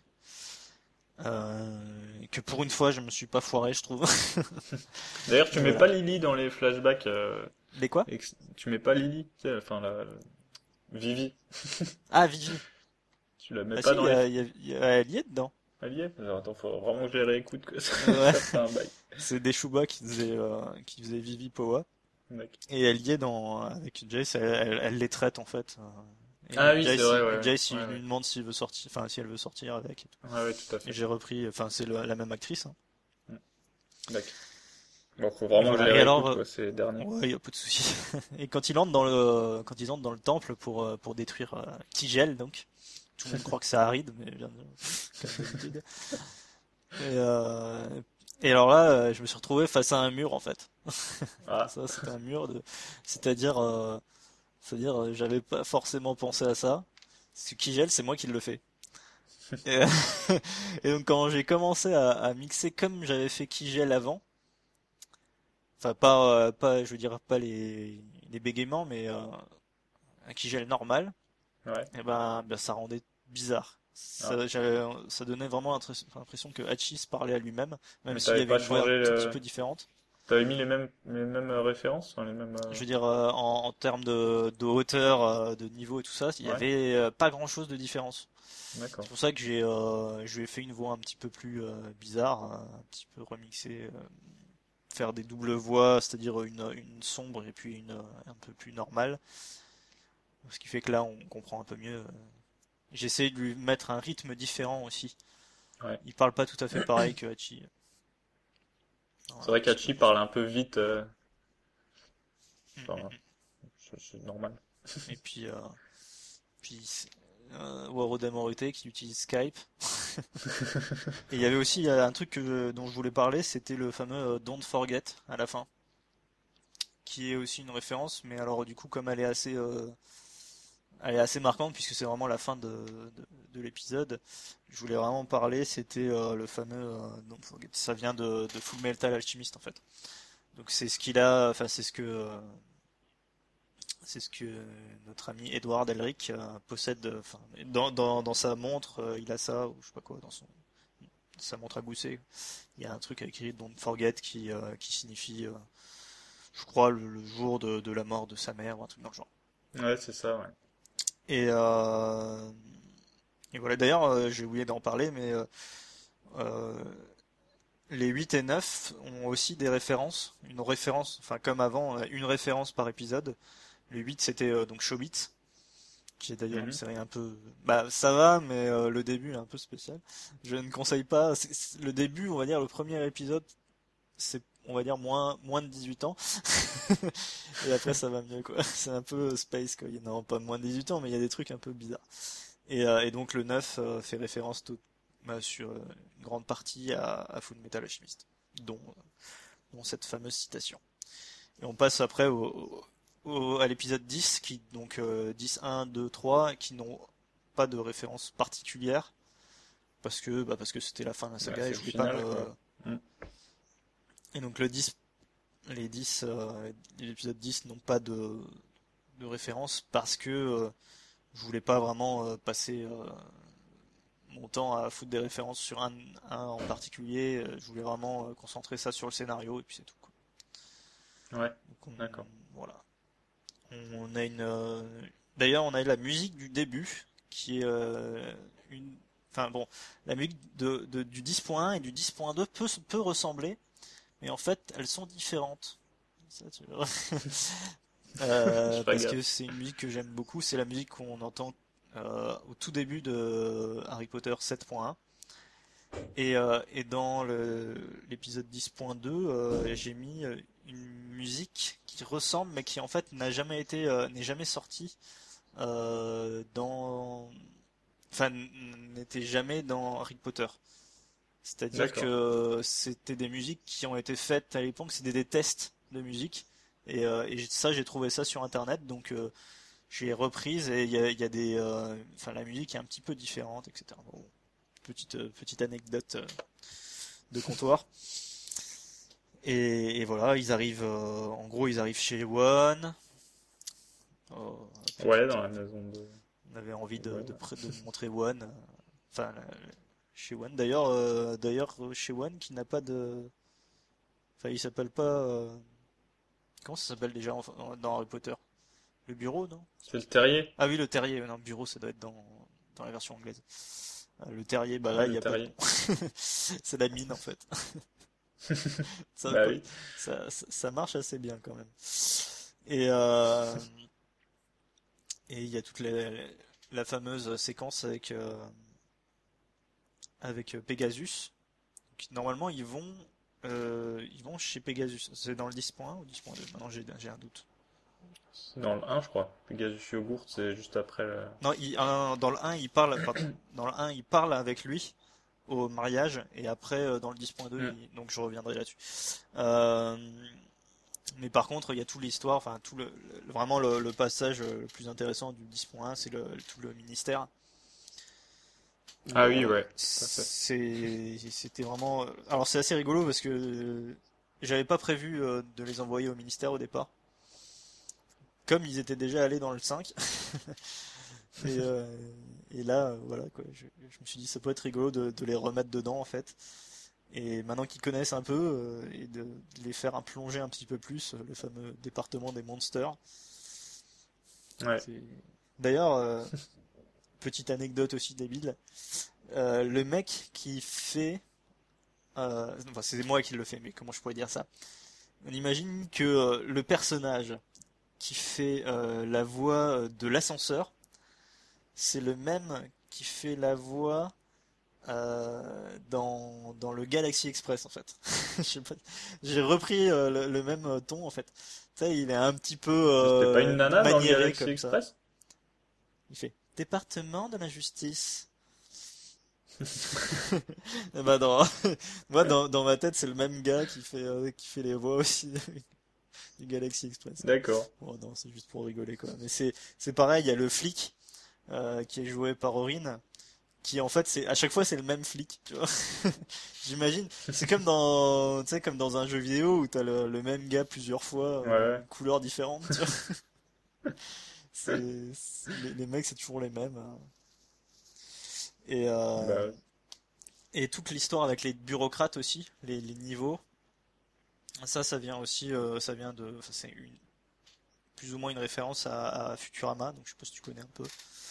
Euh, et que pour une fois je me suis pas foiré je trouve. D'ailleurs, tu Et mets pas voilà. Lily dans les flashbacks. Euh, Les quoi? ex- tu mets pas Lily, tu sais, enfin la, la- Vivi. Ah Vivi. Tu la mets Ah pas si, il dans y les. a, il y a- il y a- elle y est dedans. Elle y est. Alors, attends, faut vraiment que je les réécoute, que ça, Ouais. ça fait un bail. C'est Deshuba qui faisait, euh, qui faisait Vivi Powa. Mec. Et elle y est dans, avec Jace, elle, elle- elle les traite en fait. Ah Et oui, c'est Jace, vrai, il, ouais, Jace, ouais, il lui ouais. demande s'il veut sortir, enfin si elle veut sortir avec et tout. Ouais, ouais, tout à Et fait. j'ai repris, enfin c'est le- la même actrice, hein. Mm. D'accord. Bon, faut Et vraiment que je voilà. les Et alors, réécoute, euh, quoi, ces derniers. ouais, y a pas de souci. Et quand ils entrent dans le, quand ils entrent dans le temple pour, euh, pour détruire euh, Tigel, donc, tout le monde croit que c'est Harid, mais bien, comme d'habitude. Et, euh, et alors là, euh, je me suis retrouvé face à un mur en fait. Ah, Ça, c'était un mur de, c'est-à-dire, euh, c'est-à-dire, euh, j'avais pas forcément pensé à ça. Ce Kigel, c'est moi qui le fais. Et, et donc quand j'ai commencé à, à mixer comme j'avais fait Kigel avant, enfin pas, euh, pas, je veux dire pas les, les bégaiements, mais euh, un Kigel normal, ouais. et ben, ben ça rendait bizarre. Ah. Ça, j'avais- ça donnait vraiment l'impression l'impression que Hachi se parlait à lui-même, même Mais s'il y t'avais avait pas une voix un changé tout petit le... peu différente. T'avais mis les mêmes, les mêmes euh, références, enfin, les mêmes. Je euh, veux dire, euh, en, en termes de, de hauteur, euh, de niveau et tout ça, il y Ouais. avait euh, pas grand-chose de différence. D'accord. C'est pour ça que j'ai euh, je lui ai fait une voix un petit peu plus euh, bizarre, un petit peu remixée, euh, faire des doubles voix, c'est-à-dire une, une sombre et puis une euh, un peu plus normale. Ce qui fait que là, on comprend un peu mieux. euh. J'ai essayé de lui mettre un rythme différent aussi. Ouais. Il parle pas tout à fait pareil que Hachi. C'est Un vrai petit peu qu'Hachi parle un peu vite. euh, différent. Enfin, c'est, c'est normal. Et puis, euh, puis euh, Waro Damorute qui utilise Skype. Et il y avait aussi euh, un truc que, dont je voulais parler, c'était le fameux euh, Don't Forget à la fin, qui est aussi une référence, mais alors du coup comme elle est assez, euh, elle est assez marquante puisque c'est vraiment la fin de, de, de l'épisode, je voulais vraiment parler, c'était euh, le fameux euh, Don't Forget. Ça vient de, de Full Metal Alchemist en fait. Donc c'est ce qu'il a, enfin c'est ce que euh, c'est ce que notre ami Edward Elric euh, possède, euh, enfin dans, dans, dans sa montre, euh, il a ça ou je sais pas quoi dans son sa montre à gousset. Il y a un truc écrit Don't Forget qui euh, qui signifie, euh, je crois, le, le jour de, de la mort de sa mère ou un truc dans le genre. Ouais, c'est ça, ouais. Et euh, et voilà. D'ailleurs, euh, j'ai oublié d'en parler, mais euh, euh, les huit et neuf ont aussi des références, une référence, enfin comme avant, euh, une référence par épisode. Le huit c'était euh, donc Chobits, qui est d'ailleurs une Mhm. série un peu, bah ça va, mais euh, le début est un peu spécial. Je ne conseille pas. c'est- c'est- le début, on va dire le premier épisode, c'est on va dire moins moins de dix-huit ans. Et après ça va mieux quoi. C'est un peu space quoi. Il y en a pas moins de dix-huit ans, mais il y a des trucs un peu bizarres. Et, euh, et donc le neuf euh, fait référence tout, bah, sur euh, une grande partie à, à Full Metal Alchemist, dont, dont cette fameuse citation. Et on passe après au, au- à l'épisode dix, qui donc euh, dix, un, deux, trois, qui n'ont pas de référence particulière, parce que bah, parce que c'était la fin de la Bah, saga et c'est je le voulais pas final, me. quoi. Mm. Et donc le dix, les dix, euh, l'épisode dix n'ont pas de, de référence parce que euh, je voulais pas vraiment euh, passer euh, mon temps à foutre des références sur un, un en particulier. Euh, Je voulais vraiment euh, concentrer ça sur le scénario et puis c'est tout, quoi. Ouais, Donc on, d'accord. voilà. On a une. euh, D'ailleurs, on a la musique du début qui est euh, une. Enfin bon, la musique de, de- du dix point un et du dix point deux peut, peut ressembler, mais en fait, elles sont différentes. Ça, tu vois. Je Euh, fais parce gaffe. que c'est une musique que j'aime beaucoup. C'est la musique qu'on entend euh, au tout début de Harry Potter sept point un. Et, euh, et dans le- l'épisode dix point deux, euh, j'ai mis euh, une musique qui ressemble, mais qui en fait n'a jamais été, euh, n'est jamais sortie euh, dans, enfin n- n'était jamais dans Harry Potter. C'est-à-dire D'accord. que c'était des musiques qui ont été faites à l'époque, c'était des tests de musique. Et, euh, et ça, j'ai trouvé ça sur Internet, donc euh, j'ai reprise et il y a, il y a des, euh, enfin la musique est un petit peu différente, et cetera. Bon, petite euh, petite anecdote euh, de comptoir. Et, et voilà, ils arrivent, euh, en gros, ils arrivent chez One. Oh, Ouais, petite, dans euh, la maison de... on avait envie de, Ouais. de, pr- de montrer One. euh, Enfin, la- la- chez One. D'ailleurs, euh, d'ailleurs, euh, chez One qui n'a pas de. Enfin, il s'appelle pas. euh, Comment ça s'appelle déjà en- en- dans Harry Potter? Le bureau, non? C'est le terrier? Ah oui, le terrier. Non, le bureau, ça doit être dans, dans la version anglaise. Euh, Le terrier, bah là, Ouais, il le n'y a pas de nom. terrier. C'est la mine, en fait. Ça, Bah oui. ça, ça, ça marche assez bien quand même. Et euh, et il y a toute la, la fameuse séquence avec euh, avec Pegasus. Donc, normalement, ils vont euh, ils vont chez Pegasus. C'est dans le dix point un ou dix point deux? Maintenant, j'ai j'ai un doute. C'est dans le un, je crois. Pegasus Yogurt, c'est juste après le... Non, il- ah, dans le un, il parle, pardon. Dans le un, il parle avec lui au mariage et après euh, dans le dix point deux, Hmm. il- donc je reviendrai là-dessus. Euh, mais par contre, il y a toute l'histoire, enfin tout le, le- vraiment le, le passage euh, le plus intéressant du dix point un, c'est le, tout le ministère. Ah Où, oui, euh, ouais, tout à fait. c'est, c'était vraiment. Alors c'est assez rigolo parce que euh, j'avais pas prévu euh, de les envoyer au ministère au départ. Comme ils étaient déjà allés dans le cinq. Et, euh, et là, euh, voilà quoi, je, je me suis dit ça peut être rigolo de, de les remettre dedans en fait. Et maintenant qu'ils connaissent un peu, euh, et de, de les faire un plonger un petit peu plus, euh, le fameux département des monsters. Ouais. C'est- D'ailleurs, euh, petite anecdote aussi débile, euh, le mec qui fait, euh, enfin c'est moi qui le fais, mais comment je pourrais dire ça? On imagine que euh, le personnage qui fait euh, la voix de l'ascenseur, c'est le même qui fait la voix euh, dans, dans le Galaxy Express en fait. Je sais pas. J'ai repris euh, le, le même euh, ton en fait. Tu sais, il est un petit peu C'était pas une euh, nana dans le maniéré Galaxy comme ça. Express? Il fait département de la justice. Et bah dans... Moi dans, dans ma tête c'est le même gars qui fait euh, qui fait les voix aussi du Galaxy Express. D'accord. Bon non c'est juste pour rigoler quoi. Mais c'est c'est pareil, il y a le flic euh, qui est joué par Orin, qui en fait c'est à chaque fois c'est le même flic, tu vois. J'imagine, c'est comme dans tu sais comme dans un jeu vidéo où t'as le, le même gars plusieurs fois, Ouais, euh, ouais. une couleur différente, tu vois. C'est c'est- les, les mecs c'est toujours les mêmes, hein. Et Bah, euh, ouais. et toute l'histoire avec les bureaucrates aussi, les, les niveaux, ça ça vient aussi euh, ça vient de enfin, c'est une plus ou moins une référence à, à Futurama, donc je sais pas si tu connais un peu.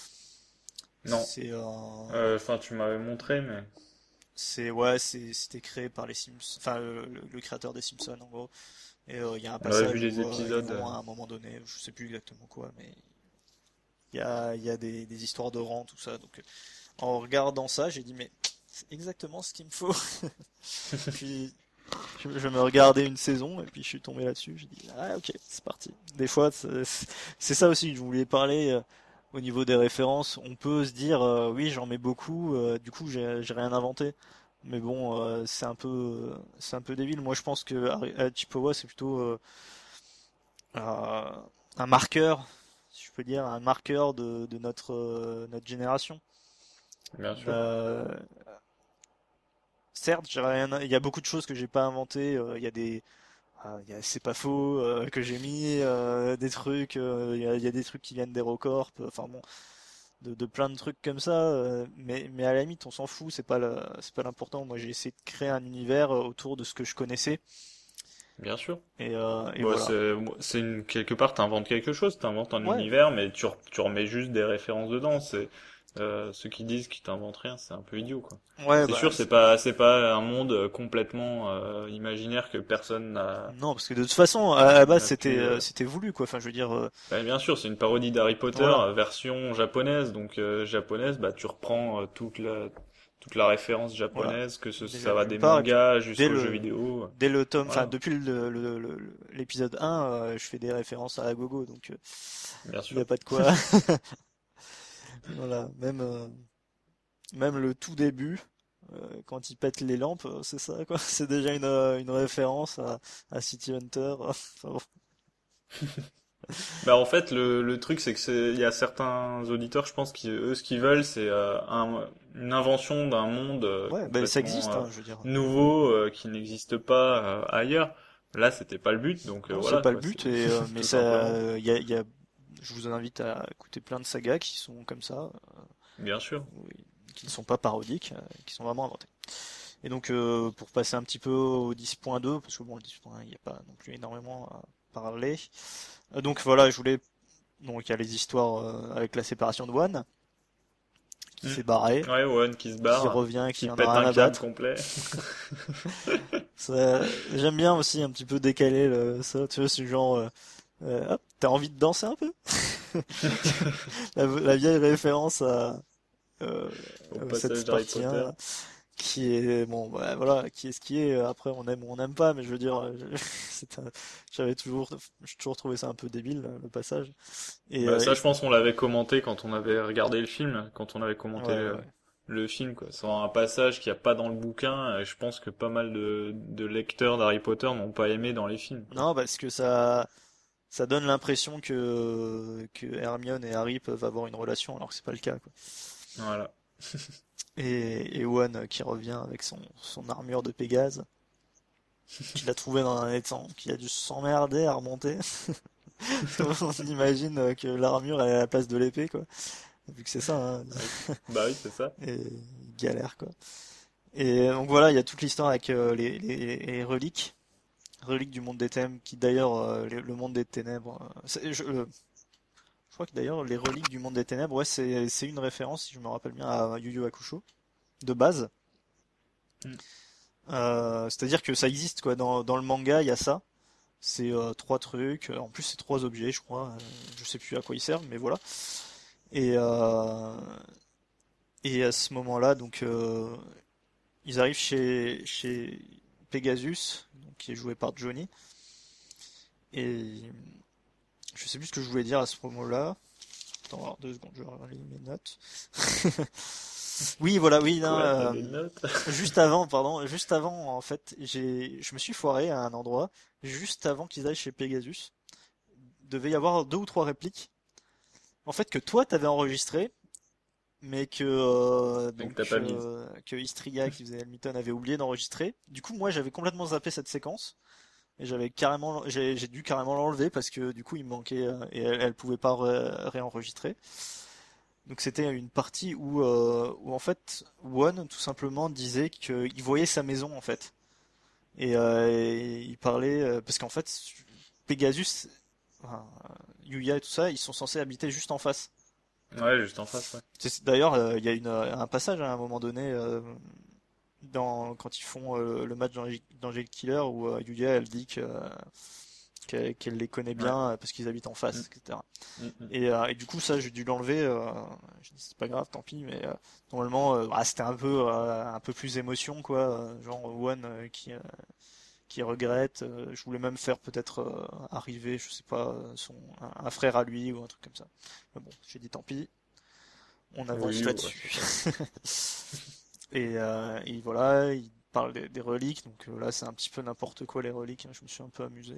Non. C'est euh, Euh, Enfin, tu m'avais montré, mais... c'est ouais, c'est c'était créé par les Simpsons, enfin le, le- le créateur des Simpsons en gros. Et euh, il y a un On avait vu passage les où euh, ils épisodes. vont euh, à un moment donné, je sais plus exactement quoi, mais il y a il y a des, des histoires de rang, tout ça. Donc euh, en regardant ça, j'ai dit mais c'est exactement ce qu'il me faut. Puis je, je me regardais une saison et puis je suis tombé là-dessus. J'ai dit ah ok, c'est parti. Des fois c'est c'est ça aussi que je voulais parler. euh, Au niveau des références, on peut se dire euh, oui j'en mets beaucoup, euh, du coup j'ai j'ai rien inventé. Mais bon, euh, c'est un peu c'est un peu débile. Moi je pense que Ari- euh, Chippewa c'est plutôt euh, euh, un marqueur, si je peux dire, un marqueur de, de notre euh, notre génération. Bien sûr. Euh, certes, j'ai rien, il y a beaucoup de choses que j'ai pas inventées. euh, Il y a des ah, il y a c'est pas faux euh, que j'ai mis euh, des trucs. euh, Il y a, il y a des trucs qui viennent d'Hérocorp. Enfin bon, de, de plein de trucs comme ça, euh, mais, mais à la limite on s'en fout, c'est pas le- c'est pas l'important. Moi j'ai essayé de créer un univers euh, autour de ce que je connaissais Bien sûr. et, euh, et Bon, voilà. c'est, c'est une, quelque part, t'inventes quelque chose, t'inventes un Ouais, univers, mais tu, re- tu remets juste des références dedans. C'est, euh, ceux qui disent qu'ils t'inventent rien, c'est un peu idiot, quoi. ouais C'est bah sûr, c'est c'est- pas, c'est pas un monde complètement euh, imaginaire que personne n'a, non parce que de toute façon à la base n'a c'était pu. euh, euh, c'était voulu quoi. Enfin je veux dire euh, bah, bien sûr, c'est une parodie d'Harry Potter, voilà. euh, version japonaise. Donc euh, japonaise, bah tu reprends euh, toute la, toute la référence Voilà. japonaise, que ce, Déjà ça va d'une des part et puis mangas dès jusqu'aux jeux le vidéo. dès le tome, enfin Voilà, depuis le, le- le- le- l'épisode un, euh, je fais des références à Agogo donc euh, bien il n'y a sûr. pas de quoi. Voilà, même euh, même le tout début. Euh, quand il pète les lampes, euh, c'est ça quoi. C'est déjà une, euh, une référence à, à City Hunter. Enfin, bon. Bah en fait le, le truc c'est que c'est il y a certains auditeurs je pense qui eux ce qu'ils veulent c'est euh, un- une invention d'un monde euh, Ouais, ben ça existe, complètement euh, hein, je veux dire. nouveau euh, qui n'existe pas euh, ailleurs. Là c'était pas le but donc euh, Non, c'est voilà pas le quoi c'est but, et, euh, mais tout simplement. ça, il y a, il y a, je vous invite à écouter plein de sagas qui sont comme ça, Bien sûr. oui, qui ne sont pas parodiques, euh, qui sont vraiment inventées. Et donc, euh, pour passer un petit peu au dix point deux, parce que bon, le dix point un, il n'y a pas non plus énormément à parler. Euh, donc voilà, je voulais, donc il y a les histoires euh, avec la séparation de One, qui Hmm. s'est barré, Ouais, Owen qui se qui barre, revient, qui qui en a pète rien un à câble battre. complet. Ça, j'aime bien aussi un petit peu décaler le, ça, tu vois, c'est genre, euh, euh, hop, t'as envie de danser un peu? La, la vieille référence à euh, Au euh, cette passage d'Harry Spartien Potter. là, qui est bon, bah, voilà, qui est ce qui est. Après, on aime ou on n'aime pas, mais je veux dire, euh, je- c'est un- j'avais toujours, j'ai toujours trouvé ça un peu débile le passage. Et, Bah euh, ça et- je pense qu'on l'avait commenté quand on avait regardé le film, quand on avait commenté ouais, le, ouais. le film quoi. C'est un passage qu'il n'y a pas dans le bouquin et je pense que pas mal de, de lecteurs d'Harry Potter n'ont pas aimé dans les films quoi. Non, parce que ça, ça donne l'impression que que Hermione et Harry peuvent avoir une relation, alors que c'est pas le cas, quoi. Voilà. Et, et Owen euh, qui revient avec son, son armure de Pégase, qu'il a trouvé dans un étang, qui a dû s'emmerder à remonter. On imagine euh, que l'armure elle est à la place de l'épée, quoi. Vu que c'est ça, hein. Oui. Bah oui, c'est ça. Et il galère, quoi. Et donc voilà, il y a toute l'histoire avec euh, les, les, les reliques, reliques du monde des thèmes, qui d'ailleurs, euh, les- le monde des ténèbres, euh, c'est- je, euh, je crois que d'ailleurs les reliques du monde des ténèbres, ouais, c'est c'est une référence, si je me rappelle bien, à Yu Yu Hakusho, de base. Mm. Euh, c'est-à-dire que ça existe, quoi. Dans, dans le manga, il y a ça. C'est euh, trois trucs. En plus, c'est trois objets, je crois. Euh, je sais plus à quoi ils servent, mais voilà. Et, euh, et à ce moment-là, donc, euh, ils arrivent chez, chez Pegasus, donc, qui est joué par Johnny. Et je sais plus ce que je voulais dire à ce moment-là. Attends, alors, deux secondes, je vais relire mes notes. Oui, voilà, oui, non, Quoi, t'as euh, des notes? juste avant, pardon, juste avant, en fait, j'ai, je me suis foiré à un endroit, juste avant qu'ils aillent chez Pegasus. Il devait y avoir deux ou trois répliques, en fait, que toi t'avais enregistré, mais que, euh, Donc donc, t'as pas mise. euh, que Istria, qui faisait Hamilton, avait oublié d'enregistrer. Du coup, moi, j'avais complètement zappé cette séquence, et j'avais carrément, j'ai, j'ai dû carrément l'enlever parce que, du coup, il me manquait, euh, et elle, elle pouvait pas ré- réenregistrer. Donc c'était une partie où, euh, où en fait One tout simplement disait qu'il voyait sa maison en fait. Et, euh, et il parlait euh, parce qu'en fait Pegasus, enfin, Yuya et tout ça, ils sont censés habiter juste en face. Ouais, juste en face, ouais. C'est- D'ailleurs, euh, il y a une, un passage à un moment donné euh, dans, quand ils font euh, le match d'Angel d'Angel Killer où euh, Yuya elle dit que, qu'elle qu'elle les connaît Ouais. bien euh, parce qu'ils habitent en face, Mm, et cetera. mm, mm. Et, euh, et du coup, ça, j'ai dû l'enlever. Euh, je dis, c'est pas grave, tant pis. Mais euh, normalement, euh, bah, c'était un peu, euh, un peu plus émotion, quoi. euh, Genre One euh, qui, euh, qui regrette. euh, je voulais même faire peut-être euh, arriver, je sais pas, euh, son, un, un frère à lui ou un truc comme ça. Mais bon, j'ai dit tant pis. On avance Oui, ouais, c'est là-dessus. ça. Et, euh, et voilà, il parle des, des reliques. Donc euh, là, c'est un petit peu n'importe quoi les reliques, hein, je me suis un peu amusé.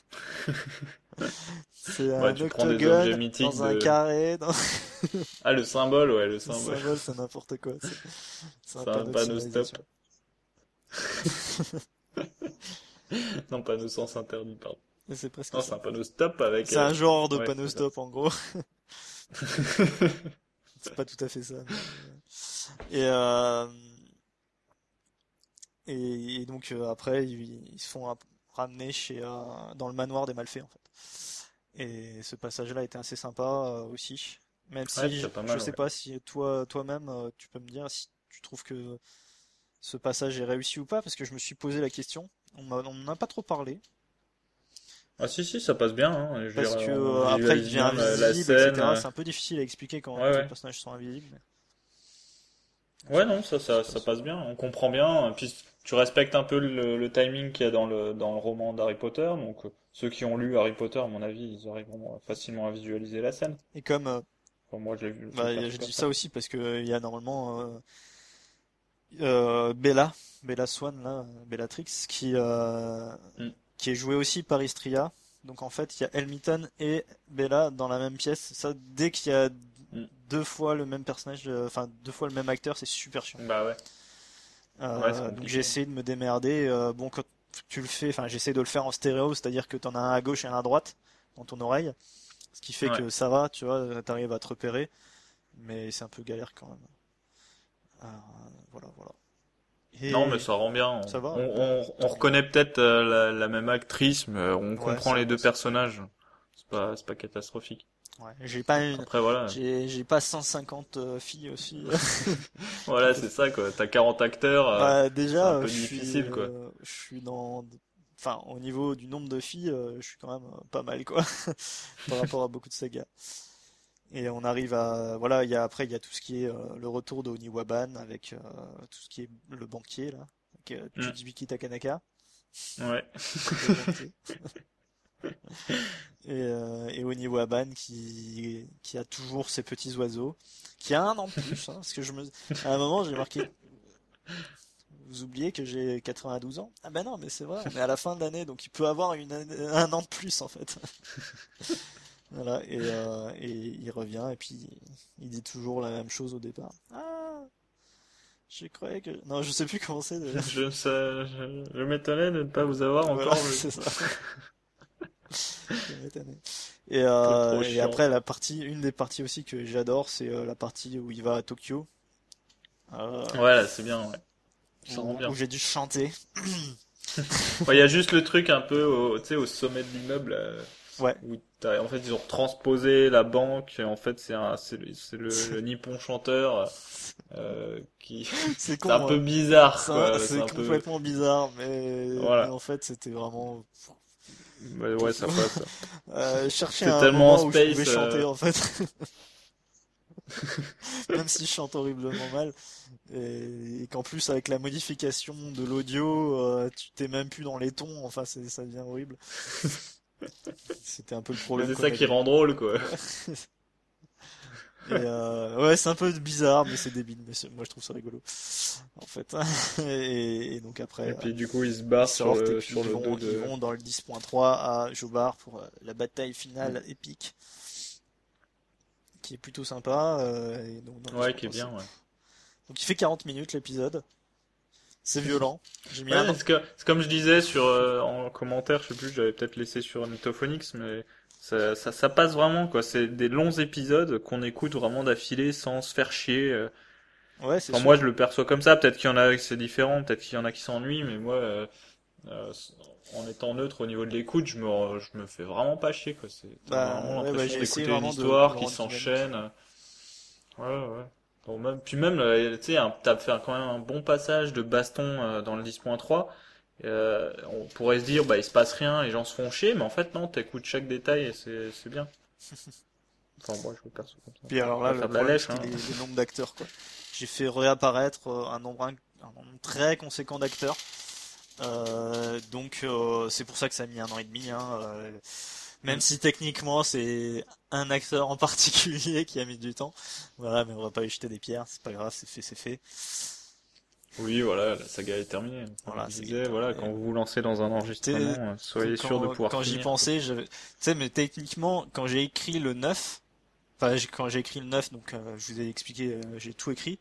C'est Ouais, un tu prends des objets octogone mythiques dans un de... carré. Dans... Ah, le symbole, ouais, le Le symbole. symbole, c'est n'importe quoi. C'est c'est un C'est un panneau de panneau stop. signalisation. Non, panneau sens interdit, pardon. Et c'est presque Non, ça. c'est un panneau stop avec... C'est euh, un genre de Ouais, panneau c'est ça. stop en gros. C'est pas tout à fait ça. Mais... Et, euh, et, et donc euh, après, ils, ils se font rap- ramener chez, euh, dans le manoir des Malfaits en fait. Et ce passage-là était assez sympa euh, aussi. Même Ouais, si je, c'était pas je mal, sais ouais. pas si toi, toi-même, euh, tu peux me dire si tu trouves que ce passage est réussi ou pas, parce que je me suis posé la question. On m'a- on n'en a pas trop parlé. Ah si, si, ça passe bien, hein. Je veux dire, Parce que on euh, après il visualise devient bien la, la invisible, scène. et cetera. euh. C'est un peu difficile à expliquer quand Ouais, les ouais. personnages sont invisibles, mais Ouais, ça, non, ça, ça ça, ça passe. passe bien. On comprend bien. Puis tu respectes un peu le, le timing qu'il y a dans le, dans le roman d'Harry Potter. Donc, euh, ceux qui ont lu Harry Potter, à mon avis, ils arriveront facilement à visualiser la scène. Et comme euh, Enfin, moi, je l'ai vu, je l'ai bah, perçu je comme dis ça. ça aussi parce que euh, il y a normalement euh, euh, Bella, Bella Swan là, euh, Bellatrix, qui euh, Mm, qui est jouée aussi par Istria. Donc en fait, il y a Elmiton et Bella dans la même pièce. Ça, dès qu'il y a mm. deux fois le même personnage, euh, enfin deux fois le même acteur, c'est super chiant. Bah ouais. Ouais, c'est Euh, donc j'ai compliqué. essayé de me démerder. Euh, bon, quand tu le fais, enfin j'essaie de le faire en stéréo, c'est-à-dire que t'en as un à gauche et un à droite dans ton oreille, ce qui fait Ouais. que ça va, tu vois, t'arrives à te repérer, mais c'est un peu galère quand même. Euh, voilà, voilà. Non, mais Et ça rend bien. ça va, On, ouais. on, on Tant mieux. reconnaît peut-être euh, la, la même actrice, mais on Ouais, comprend ça les va, deux c'est cool. personnages. C'est pas, c'est pas catastrophique. Ouais, j'ai pas une, Après, voilà. j'ai, j'ai pas cent cinquante euh, filles aussi qui Voilà, peuvent. c'est ça, quoi. T'as quarante acteurs, euh, Bah c'est un déjà, euh, peu je suis, difficile, quoi. euh, je suis dans, enfin au niveau du nombre de filles, euh, je suis quand même euh, pas mal quoi, par rapport à beaucoup de sagas. Et on arrive à, voilà, il y a après il y a tout ce qui est euh, le retour de Oniwaban avec euh, tout ce qui est le banquier là, avec euh, Mm. Chujibiki Takanaka, Ouais. le banquier, et, euh, et Oniwaban qui qui a toujours ses petits oiseaux, qui a un an de plus, hein, parce que je me, à un moment j'ai marqué, vous oubliez que j'ai quatre-vingt-douze ans? Ah ben non, mais c'est vrai, on est à la fin de l'année, donc il peut avoir une, année- un an de plus en fait. Voilà, et, euh, et il revient et puis il dit toujours la même chose au départ. Ah, je croyais que... Non, je sais plus comment c'est d'ailleurs. Je, ça, je, je m'étonnais de ne pas vous avoir Voilà, encore vu. c'est ça. Je m'étonnais. Et, Peu trop euh, et chiant. après, la partie, une des parties aussi que j'adore, c'est euh, la partie où il va à Tokyo, euh, Voilà, c'est bien, ouais. Ça rend où, où bien. j'ai dû chanter. Ouais, il y a juste le truc un peu au, tu sais, au sommet de l'immeuble, euh, Ouais, où t'as- en fait, ils ont transposé la banque, et en fait, c'est un, c'est le, c'est le, le Nippon chanteur, euh, qui, c'est c'est un con, peu hein. bizarre, C'est un- quoi. C'est c'est un peu, complètement bizarre, mais, mais voilà. en fait, c'était vraiment... Ouais, ouais, ça passe. Euh, je cherchais C'était un tellement en moment où je pouvais space, chanter euh, en fait. Même si je chante horriblement mal. Et, et qu'en plus, avec la modification de l'audio, euh, tu t'es même plus dans les tons. Enfin, c'est, ça devient horrible. C'était un peu le Mais problème c'est qu'on ça a qui dû. rend drôle, quoi. Ouais. Et euh, ouais, c'est un peu bizarre, mais c'est débile. Mais c'est- moi, je trouve ça rigolo, en fait. Et, et donc après, Et euh, puis du coup, il se ils barre sur sortent et le, puis sur ils le dos vont, ils de... vont dans le dix point trois à Jobar pour euh, la bataille Mm. finale épique, qui est plutôt sympa. Euh, et donc dans le Ouais, qui est dix point trois, c'est... bien, ouais. Donc il fait quarante minutes l'épisode. C'est violent. J'ai mis un Ouais, an. c'est que, c'est comme je disais sur euh, en commentaire, je sais plus, j'avais peut-être laissé sur Mythophonix, mais ça, ça, ça passe vraiment, quoi. C'est des longs épisodes qu'on écoute vraiment d'affilée sans se faire chier. euh. Ouais, c'est Enfin, moi, sûr. je le perçois comme ça. Peut-être qu'il y en a que c'est différent, peut-être qu'il y en a qui s'ennuient, mais moi, euh, euh, en étant neutre au niveau de l'écoute, je me, je me fais vraiment pas chier, quoi. C'est, t'as Bah vraiment ouais, bah, l'impression j'ai essayé d'écouter une vraiment de, de histoire le qui rendre dynamique. s'enchaîne. Ouais, ouais. Bon, même, puis même, euh, tu sais, un- t'as fait quand même un bon passage de baston euh, dans le dix point trois. Euh, on pourrait se dire, bah, il se passe rien, les gens se font chier, mais en fait, non, t'écoutes chaque détail et c'est, c'est bien. Enfin, moi, je le perçois comme ça. Puis alors On là, va le faire de la problème, lèche, c'était hein. les, les nombres d'acteurs, quoi. J'ai fait réapparaître euh, un nombre, inc- un nombre très conséquent d'acteurs. Euh, donc euh, c'est pour ça que ça a mis un an et demi, hein. Euh, même Mm. si techniquement c'est un acteur en particulier qui a mis du temps. Voilà, mais on va pas lui jeter des pierres, c'est pas grave, c'est fait, c'est fait. Oui, voilà, la saga est terminée. Comme Voilà, je c'est disais, voilà, terminé. quand vous vous lancez dans un enregistrement, T'es- euh, que- soyez sûr de Quand, pouvoir quand j'y finir, quoi. pensais, je... tu sais, mais techniquement, quand j'ai écrit le neuf, enfin j'ai- quand j'ai écrit le neuf, donc euh, je vous ai expliqué, euh, j'ai tout écrit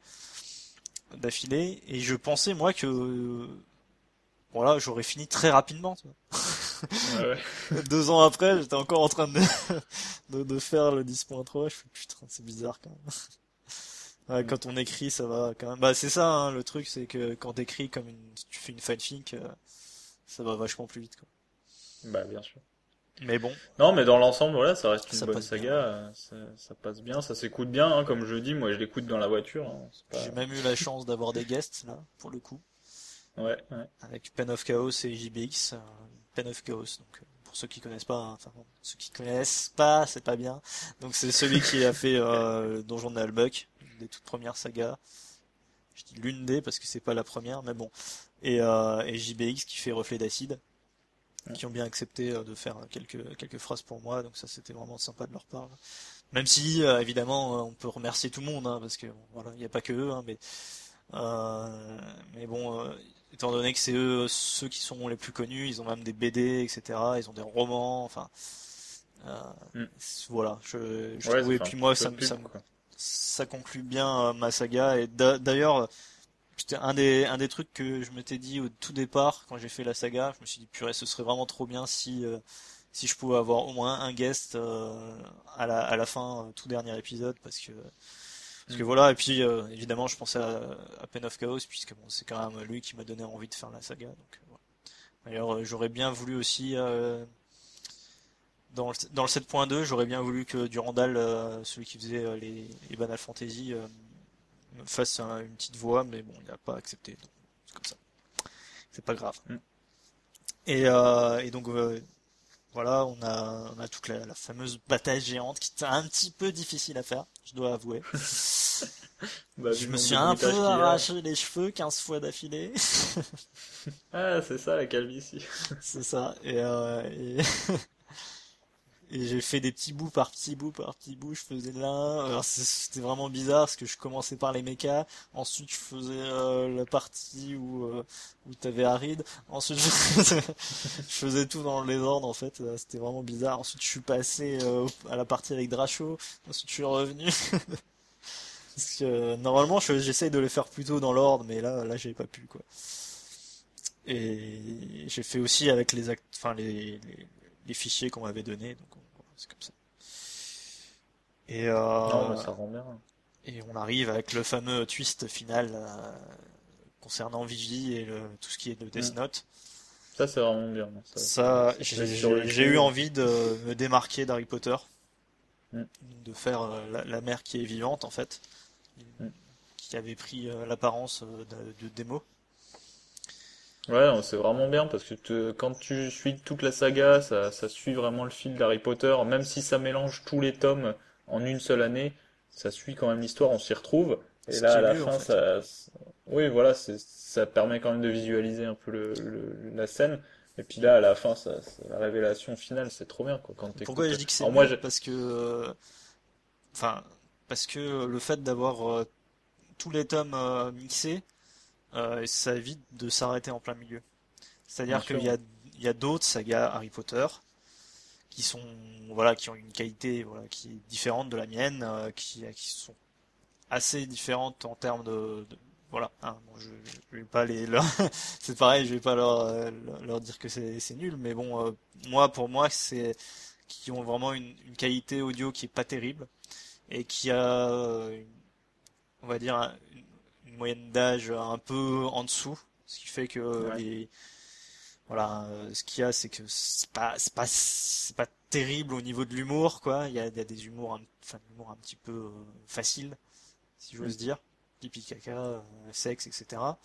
d'affilée, et je pensais moi que euh, voilà, j'aurais fini très rapidement. Tu Ouais, ouais. vois. Deux ans après, j'étais encore en train de, de, de faire le dix point trois. Je fais putain, c'est bizarre quand même. Ouais, Mm. quand on écrit, ça va quand même. Bah c'est ça, hein, le truc, c'est que quand t'écris comme une, tu fais une fanfic, euh, ça va vachement plus vite, quoi. Bah, bien sûr. Mais bon, Non, mais dans l'ensemble, voilà, ça reste une ça bonne passe bien. saga, euh, ça, ça passe bien, ça s'écoute bien, hein, comme je dis, moi je l'écoute dans la voiture, hein, c'est J'ai pas... même eu la chance d'avoir des guests là, pour le coup, Ouais, ouais. avec Pen of Chaos et J B X. euh, Pen of Chaos, donc euh, pour ceux qui connaissent pas, hein, enfin bon, ceux qui connaissent pas, c'est pas bien. Donc c'est celui qui a fait euh, Donjon de Nalbuck, une des toutes premières sagas. Je dis l'une des parce que c'est pas la première, mais bon. Et, euh, et J B X qui fait Reflet d'acide, qui ont bien accepté euh, de faire quelques quelques phrases pour moi, donc ça c'était vraiment sympa de leur part. Même si euh, évidemment euh, on peut remercier tout le monde, hein, parce que bon, voilà, il n'y a pas que eux, hein, mais euh, mais bon, euh, étant donné que c'est eux ceux qui sont les plus connus, ils ont même des B D, et cetera. Ils ont des romans, enfin euh, Mm. voilà, je, je Ouais, ça trouvais. Et fait un puis petit moi, peu ça, de me- pub, ça, me- quoi. ça conclut bien euh, ma saga. Et d'a- d'ailleurs, c'était un des, un des trucs que je m'étais dit au tout départ quand j'ai fait la saga. Je me suis dit, purée, ce serait vraiment trop bien si, euh, si je pouvais avoir au moins un guest euh, à la, à la fin, euh, tout dernier épisode, parce que, parce que Mm. voilà. Et puis, euh, évidemment, je pensais à, à Pen of Chaos, puisque bon, c'est quand même lui qui m'a donné envie de faire la saga. Donc, euh, voilà. D'ailleurs, euh, j'aurais bien voulu aussi, euh, dans le, dans le sept point deux, j'aurais bien voulu que Durandal, euh, celui qui faisait euh, les, les Banal Fantasy, euh, me fasse un- une petite voix, mais bon, il n'a pas accepté. Donc, c'est comme ça. C'est pas grave. Mm. Et, euh, et donc, euh, voilà, on a, on a toute la, la fameuse bataille géante qui était un petit peu difficile à faire, je dois avouer. Bah, Je vu le me nombre suis de un peu bruitages qu'il y a. arraché les cheveux quinze fois d'affilée. Ah, c'est ça, la calvitie. C'est ça. Et, euh, et, et j'ai fait des petits bouts par petits bouts par petits bouts. Je faisais l'un. Alors c'est- c'était vraiment bizarre parce que je commençais par les mechas. Ensuite, je faisais euh, la partie où euh, où t'avais Arid. Ensuite, je faisais, je faisais tout dans le désordre en fait. Euh, C'était vraiment bizarre. Ensuite, je suis passé euh, au- à la partie avec Dracho. Ensuite, je suis revenu. Parce que euh, normalement, je- j'essaye de les faire plutôt dans l'ordre, mais là, là, j'ai pas pu quoi. Et j'ai fait aussi avec les act... enfin les, les, les fichiers qu'on m'avait donnés, donc on- voilà, c'est comme ça. Et Non, mais euh, ça rend bien. et on arrive avec le fameux twist final euh, concernant Vivi et le, tout ce qui est de Death Mm. Note. Ça, c'est vraiment bien. Ça, ça, Ça, ça te j'ai laisse sur le j'ai- j'ai eu cul. envie de me démarquer d'Harry Potter, Mm. de faire euh, la, la mère qui est vivante en fait, Mm. qui avait pris euh, l'apparence euh, de, de démo. Ouais, non, c'est vraiment bien parce que te- quand tu suis toute la saga, ça, ça suit vraiment le fil d'Harry Potter, même si ça mélange tous les tomes en une seule année, ça suit quand même l'histoire, on s'y retrouve. Et Ce là, qui à est la mieux, en fin, fait. ça, c'est- oui, voilà, c'est, ça permet quand même de visualiser un peu le, le- la scène. Et puis là, à la fin, ça, ça- la révélation finale, c'est trop bien, quoi, quand Pourquoi t'écoutes. je dis que c'est Alors moi, mieux? je, Parce que, euh, enfin, parce que le fait d'avoir euh, tous les tomes euh, mixés, euh, ça évite de s'arrêter en plein milieu. bien C'est-à-dire qu'il sûr, y a, il y a d'autres sagas Harry Potter qui sont, voilà, qui ont une qualité, voilà, qui est différente de la mienne, euh, qui, qui sont assez différentes en termes de, de- voilà. Hein, bon, je, je vais pas les, leur- c'est pareil, je vais pas leur, euh, leur dire que c'est c'est nul, mais bon, euh, moi, pour moi, c'est qui ont vraiment une, une qualité audio qui est pas terrible et qui a, euh, une- on va dire, un- une, une moyenne d'âge un peu en dessous, ce qui fait que ouais. les, voilà, euh, ce qu'il y a, c'est que c'est pas, c'est pas, c'est pas terrible au niveau de l'humour, quoi. Il y a, il y a des humours, un, enfin, de l'humour un petit peu euh, facile, si Mm. j'ose dire, pipi caca, euh, sexe, et cetera.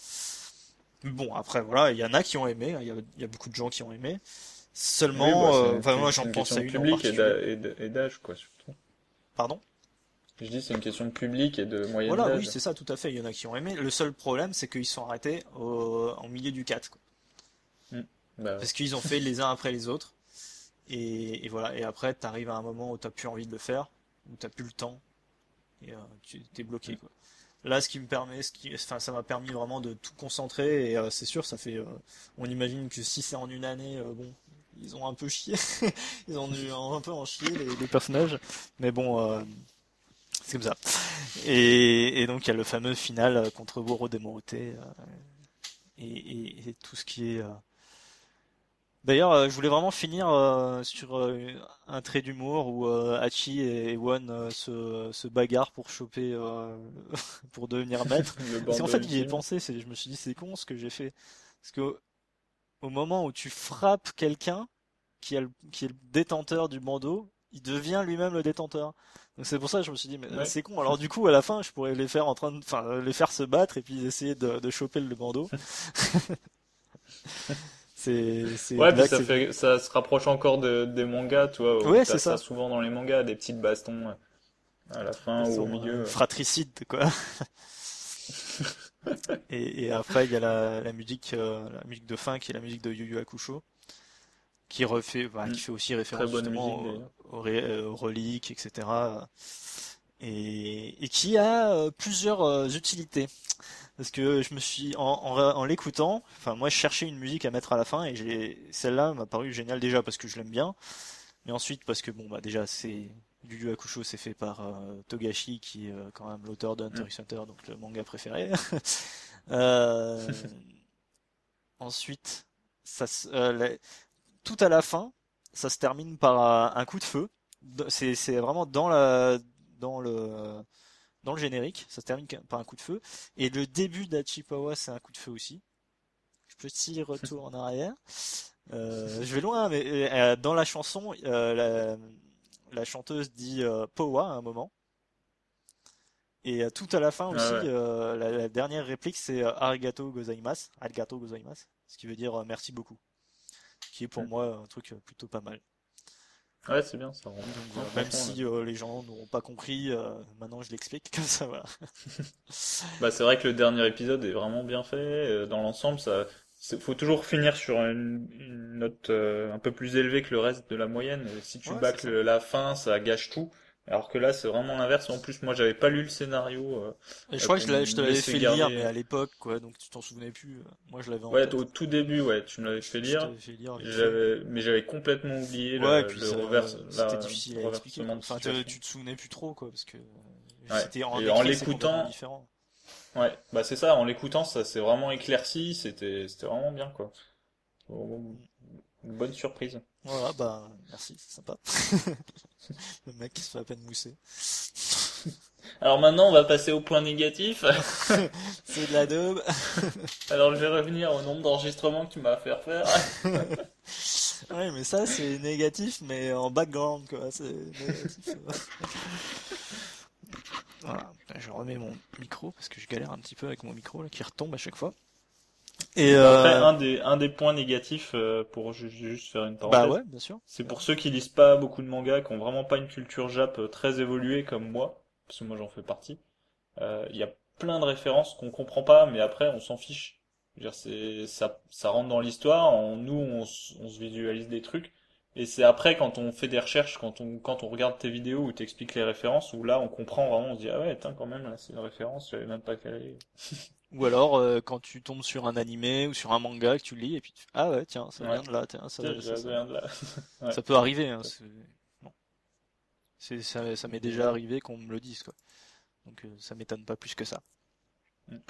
Mais bon, après, voilà, il y en a qui ont aimé, il y a, il y a beaucoup de gens qui ont aimé. Oui, bah, Seulement, c'est euh, une, enfin, moi, c'est j'en une pense question à de une en public et particulier. d'a- et d'- et d'âge, quoi, surtout. Pardon? Je dis, c'est une question de public et de moyenne Voilà, oui, d'âge. c'est ça, tout à fait. Il y en a qui ont aimé. Le seul problème, c'est qu'ils sont arrêtés au, en milieu du quatre, quoi. Mm. Bah, ouais. Parce qu'ils ont fait les uns après les autres. Et, et voilà. Et après, t'arrives à un moment où t'as plus envie de le faire, où t'as plus le temps, et euh, tu t'es bloqué, Mm. quoi. Là, ce qui me permet, ce qui, enfin, ça m'a permis vraiment de tout concentrer. Et euh, c'est sûr, ça fait. Euh, on imagine que si c'est en une année, euh, bon, ils ont un peu chié. Ils ont dû un peu en chier les, les personnages. Mais bon, euh, c'est comme ça. Et, et donc il y a le fameux final euh, contre Goro de Moroté euh, et, et- et tout ce qui est. euh, D'ailleurs, euh, je voulais vraiment finir euh, sur euh, un trait d'humour où euh, Hachi et Won euh, se, se bagarrent pour choper, euh, pour devenir maître. Le Parce qu'en bandeau fait, j'y ai ultime. pensé, c'est, je me suis dit c'est con ce que j'ai fait. Parce que au moment où tu frappes quelqu'un qui, a le- qui est le détenteur du bandeau, il devient lui-même le détenteur. Donc c'est pour ça que je me suis dit, mais euh, Ouais. c'est con. Alors du coup, à la fin, je pourrais les faire en train de, enfin, euh, les faire se battre et puis essayer de, de choper le bandeau. C'est, c'est Ouais, de puis là que ça c'est venu. fait, ça se rapproche encore de, des mangas, tu vois, où Ouais, c'est t'as ça ça. souvent dans les mangas, des petites bastons euh, à la fin Ils ou au sont euh, milieu. fratricides, quoi. Et, et après, il y a la, la musique, euh, la musique de fin qui est la musique de Yu Yu Hakusho, qui refait, bah, Mm. qui fait aussi Très référence bonne justement musique aux, d'ailleurs. aux ré- euh, aux reliques, et cetera. Et, et qui a euh, plusieurs euh, utilités. Parce que je me suis, en, en, en l'écoutant, enfin moi je cherchais une musique à mettre à la fin et j'ai, celle-là m'a paru géniale déjà parce que je l'aime bien, mais ensuite parce que bon bah déjà c'est Yu Yu Hakusho, c'est fait par euh, Togashi qui est euh, quand même l'auteur de Hunter Mm. x Hunter, donc le manga préféré. Euh, ensuite, ça, se- euh, la- tout à la fin, ça se termine par un, un coup de feu. C'est c'est vraiment dans la dans le dans le générique, ça se termine par un coup de feu. Et le début d'Achipawa, c'est un coup de feu aussi. Petit retour en arrière. Euh, je vais loin, mais euh, dans la chanson, euh, la, la chanteuse dit euh, Powa à un moment. Et euh, tout à la fin Ouais, aussi, ouais. euh, la, la dernière réplique, c'est euh, Arigato gozaimasu. Arigato gozaimasu. Ce qui veut dire euh, merci beaucoup. Qui est pour Mm. moi un truc euh, plutôt pas mal. Ouais, c'est bien, ça rend. Donc Non, voilà, même franchement, là. si euh, les gens n'auront pas compris, euh, maintenant je l'explique comme ça, voilà. Bah, c'est vrai que le dernier épisode est vraiment bien fait. euh, Dans l'ensemble, ça, c'est- faut toujours finir sur une, une note euh, un peu plus élevée que le reste de la moyenne. Et si tu Ouais, c'est bâcles ça. la fin, ça gâche tout. Alors que là, c'est vraiment l'inverse. En plus, moi, j'avais pas lu le scénario euh, Et je euh, crois que pour je, l'avais- je te me l'avais laisser fait lire, mais garder. à l'époque, quoi, donc tu t'en souvenais plus. Moi, je l'avais en Ouais, tête. au tout début, ouais, tu me l'avais fait Je lire. t'avais fait lire vite fait. J'avais, mais j'avais complètement oublié Ouais, et le, puis le ça, reverse, c'était la, difficile le à expliquer, quoi. reversement de Enfin, te- situation. tu te souvenais plus trop, quoi, parce que euh, Ouais. c'était en Et en écrit, c'est complètement l'écoutant, différent. ouais, bah c'est ça, en l'écoutant, ça s'est vraiment éclairci, c'était, c'était vraiment bien, quoi. Vraiment une bonne surprise. Voilà, bah, merci, c'est sympa. Le mec qui se fait à peine mousser. Alors maintenant, on va passer au point négatif. C'est de la daube. Alors je vais revenir au nombre d'enregistrements que tu m'as fait faire. Ouais, mais ça, c'est négatif, mais en background, quoi. C'est négatif. Voilà, je remets mon micro parce que je galère un petit peu avec mon micro là, qui retombe à chaque fois. Et Après, euh, un des, un des points négatifs, euh, pour ju- juste faire une bah parenthèse, ouais, bien sûr. c'est pour ceux qui lisent pas beaucoup de mangas, qui ont vraiment pas une culture jap euh, très évoluée comme moi. parce que moi j'en fais partie, euh, il y a plein de références qu'on comprend pas, mais après on s'en fiche. Je veux dire, c'est, ça, ça rentre dans l'histoire, on, nous on, s- on se visualise des trucs, et c'est après quand on fait des recherches, quand on, quand on regarde tes vidéos où t'expliques les références, où là on comprend vraiment, on se dit ah ouais, tiens, quand même, là c'est une référence, je savais même pas qu'elle est. Ou alors euh, quand tu tombes sur un animé ou sur un manga que tu lis et puis tu fais, ah ouais tiens ça Ouais, vient de là, tiens, tiens, ça, je ça, ça, viens de là. Ouais. ça peut arriver. Hein, c'est... Bon, c'est, ça, ça m'est déjà arrivé qu'on me le dise quoi. Donc euh, ça m'étonne pas plus que ça. Mm.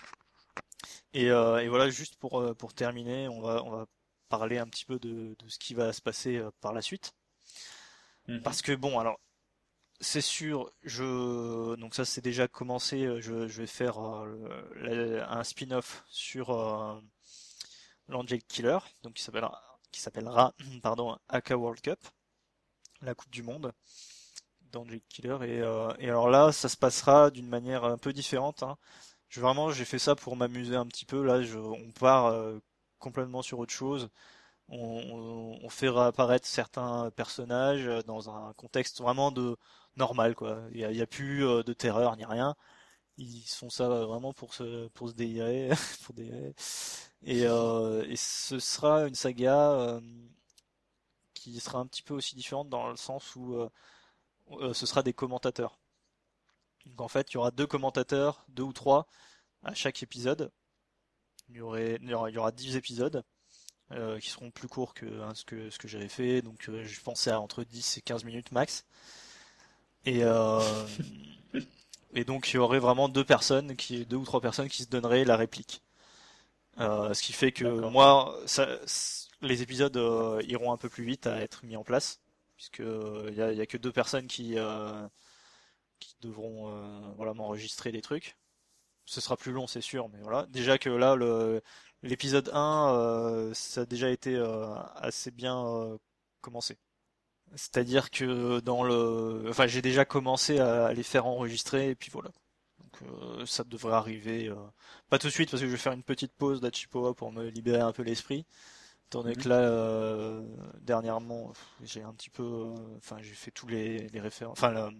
Et, euh, et voilà, juste pour, euh, pour terminer, on va, on va parler un petit peu de, de ce qui va se passer euh, par la suite. Mhm. Parce que bon, alors, c'est sûr, je donc ça c'est déjà commencé, euh, je, je vais faire euh, le- la- un spin-off sur euh, l'Angel Killer, donc qui s'appellera, qui s'appellera pardon, Aka World Cup, la Coupe du Monde d'Angel Killer. Et, euh, et alors là, ça se passera d'une manière un peu différente, hein. Je, vraiment, j'ai fait ça pour m'amuser un petit peu. Là, je, on part euh, complètement sur autre chose. On, on, on fait réapparaître certains personnages euh, dans un contexte vraiment de normal, quoi. Il y a, il y a plus euh, de terreur ni rien. Ils font ça euh, vraiment pour se pour se délirer, pour délirer. Et, euh, et ce sera une saga euh, qui sera un petit peu aussi différente dans le sens où euh, euh, ce sera des commentateurs. Donc en fait, il y aura deux commentateurs, deux ou trois à chaque épisode. Il y aurait, il y aura, il y aura dix épisodes euh, qui seront plus courts que hein, ce que ce que j'avais fait. Donc euh, je pensais à entre dix et quinze minutes max. Et euh, et donc il y aurait vraiment deux personnes qui deux ou trois personnes qui se donneraient la réplique. Euh, ce qui fait que D'accord. moi ça, les épisodes euh, iront un peu plus vite à être mis en place puisque il y a, y a que deux personnes qui euh, qui devront euh, voilà m'enregistrer des trucs. Ce sera plus long, c'est sûr, mais voilà. Déjà que là, le, l'épisode un, euh, ça a déjà été euh, assez bien euh, commencé. C'est-à-dire que dans le, enfin, j'ai déjà commencé à les faire enregistrer et puis voilà. Donc euh, ça devrait arriver, euh, pas tout de suite parce que je vais faire une petite pause d'Achipoa pour me libérer un peu l'esprit. Étant donné Mhm. que là, euh, dernièrement, j'ai un petit peu, euh, enfin, j'ai fait tous les, les références, enfin, le-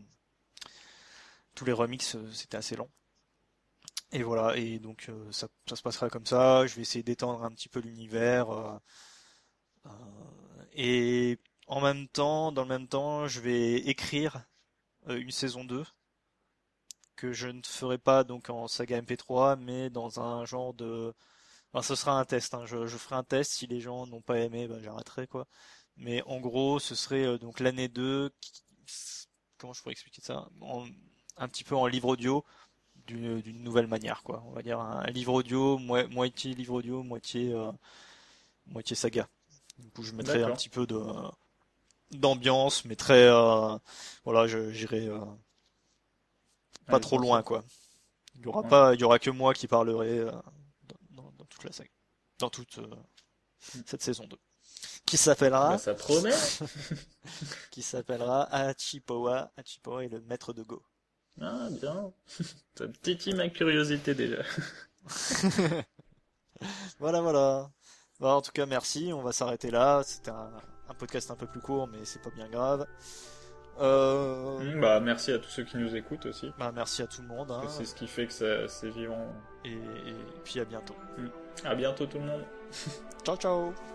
tous les remixes, euh, c'était assez long. Et voilà, et donc euh, ça, ça se passera comme ça. Je vais essayer d'étendre un petit peu l'univers. euh, euh, et en même temps, dans le même temps, je vais écrire euh, une saison deux que je ne ferai pas donc en saga M P trois, mais dans un genre de. Enfin, ce sera un test, hein. Je, je ferai un test. Si les gens n'ont pas aimé, bah, j'arrêterai quoi. Mais en gros, ce serait euh, donc l'année deux. qui- Comment je pourrais expliquer ça? En- un petit peu en livre audio d'une d'une nouvelle manière, quoi. On va dire un, un livre audio, moi- moitié livre audio, moitié, euh, moitié saga. Du coup, je mettrai un D'accord. petit peu de d'ambiance, mais très, euh, voilà, je j'irai euh, À pas trop loin, l'essentiel, quoi. quoi. Il y aura Ouais. pas, il y aura que moi qui parlerai euh, dans, dans- dans toute la saga, dans toute euh, cette saison deux, qui Bah s'appellera, ça promet. qui s'appellera Hachipowa. Hachipowa est le maître de Go. Ah bien. Ça titille ma curiosité déjà. Voilà, voilà. Bah, en tout cas, merci. On va s'arrêter là. C'était un, un podcast un peu plus court, mais c'est pas bien grave. Euh, Hmm, bah merci à tous ceux qui nous écoutent aussi. Bah, merci à tout le monde, Parce que hein, c'est ce qui fait que ça- c'est vivant. et, et puis à bientôt. Hmm. À bientôt tout le monde. Ciao, ciao!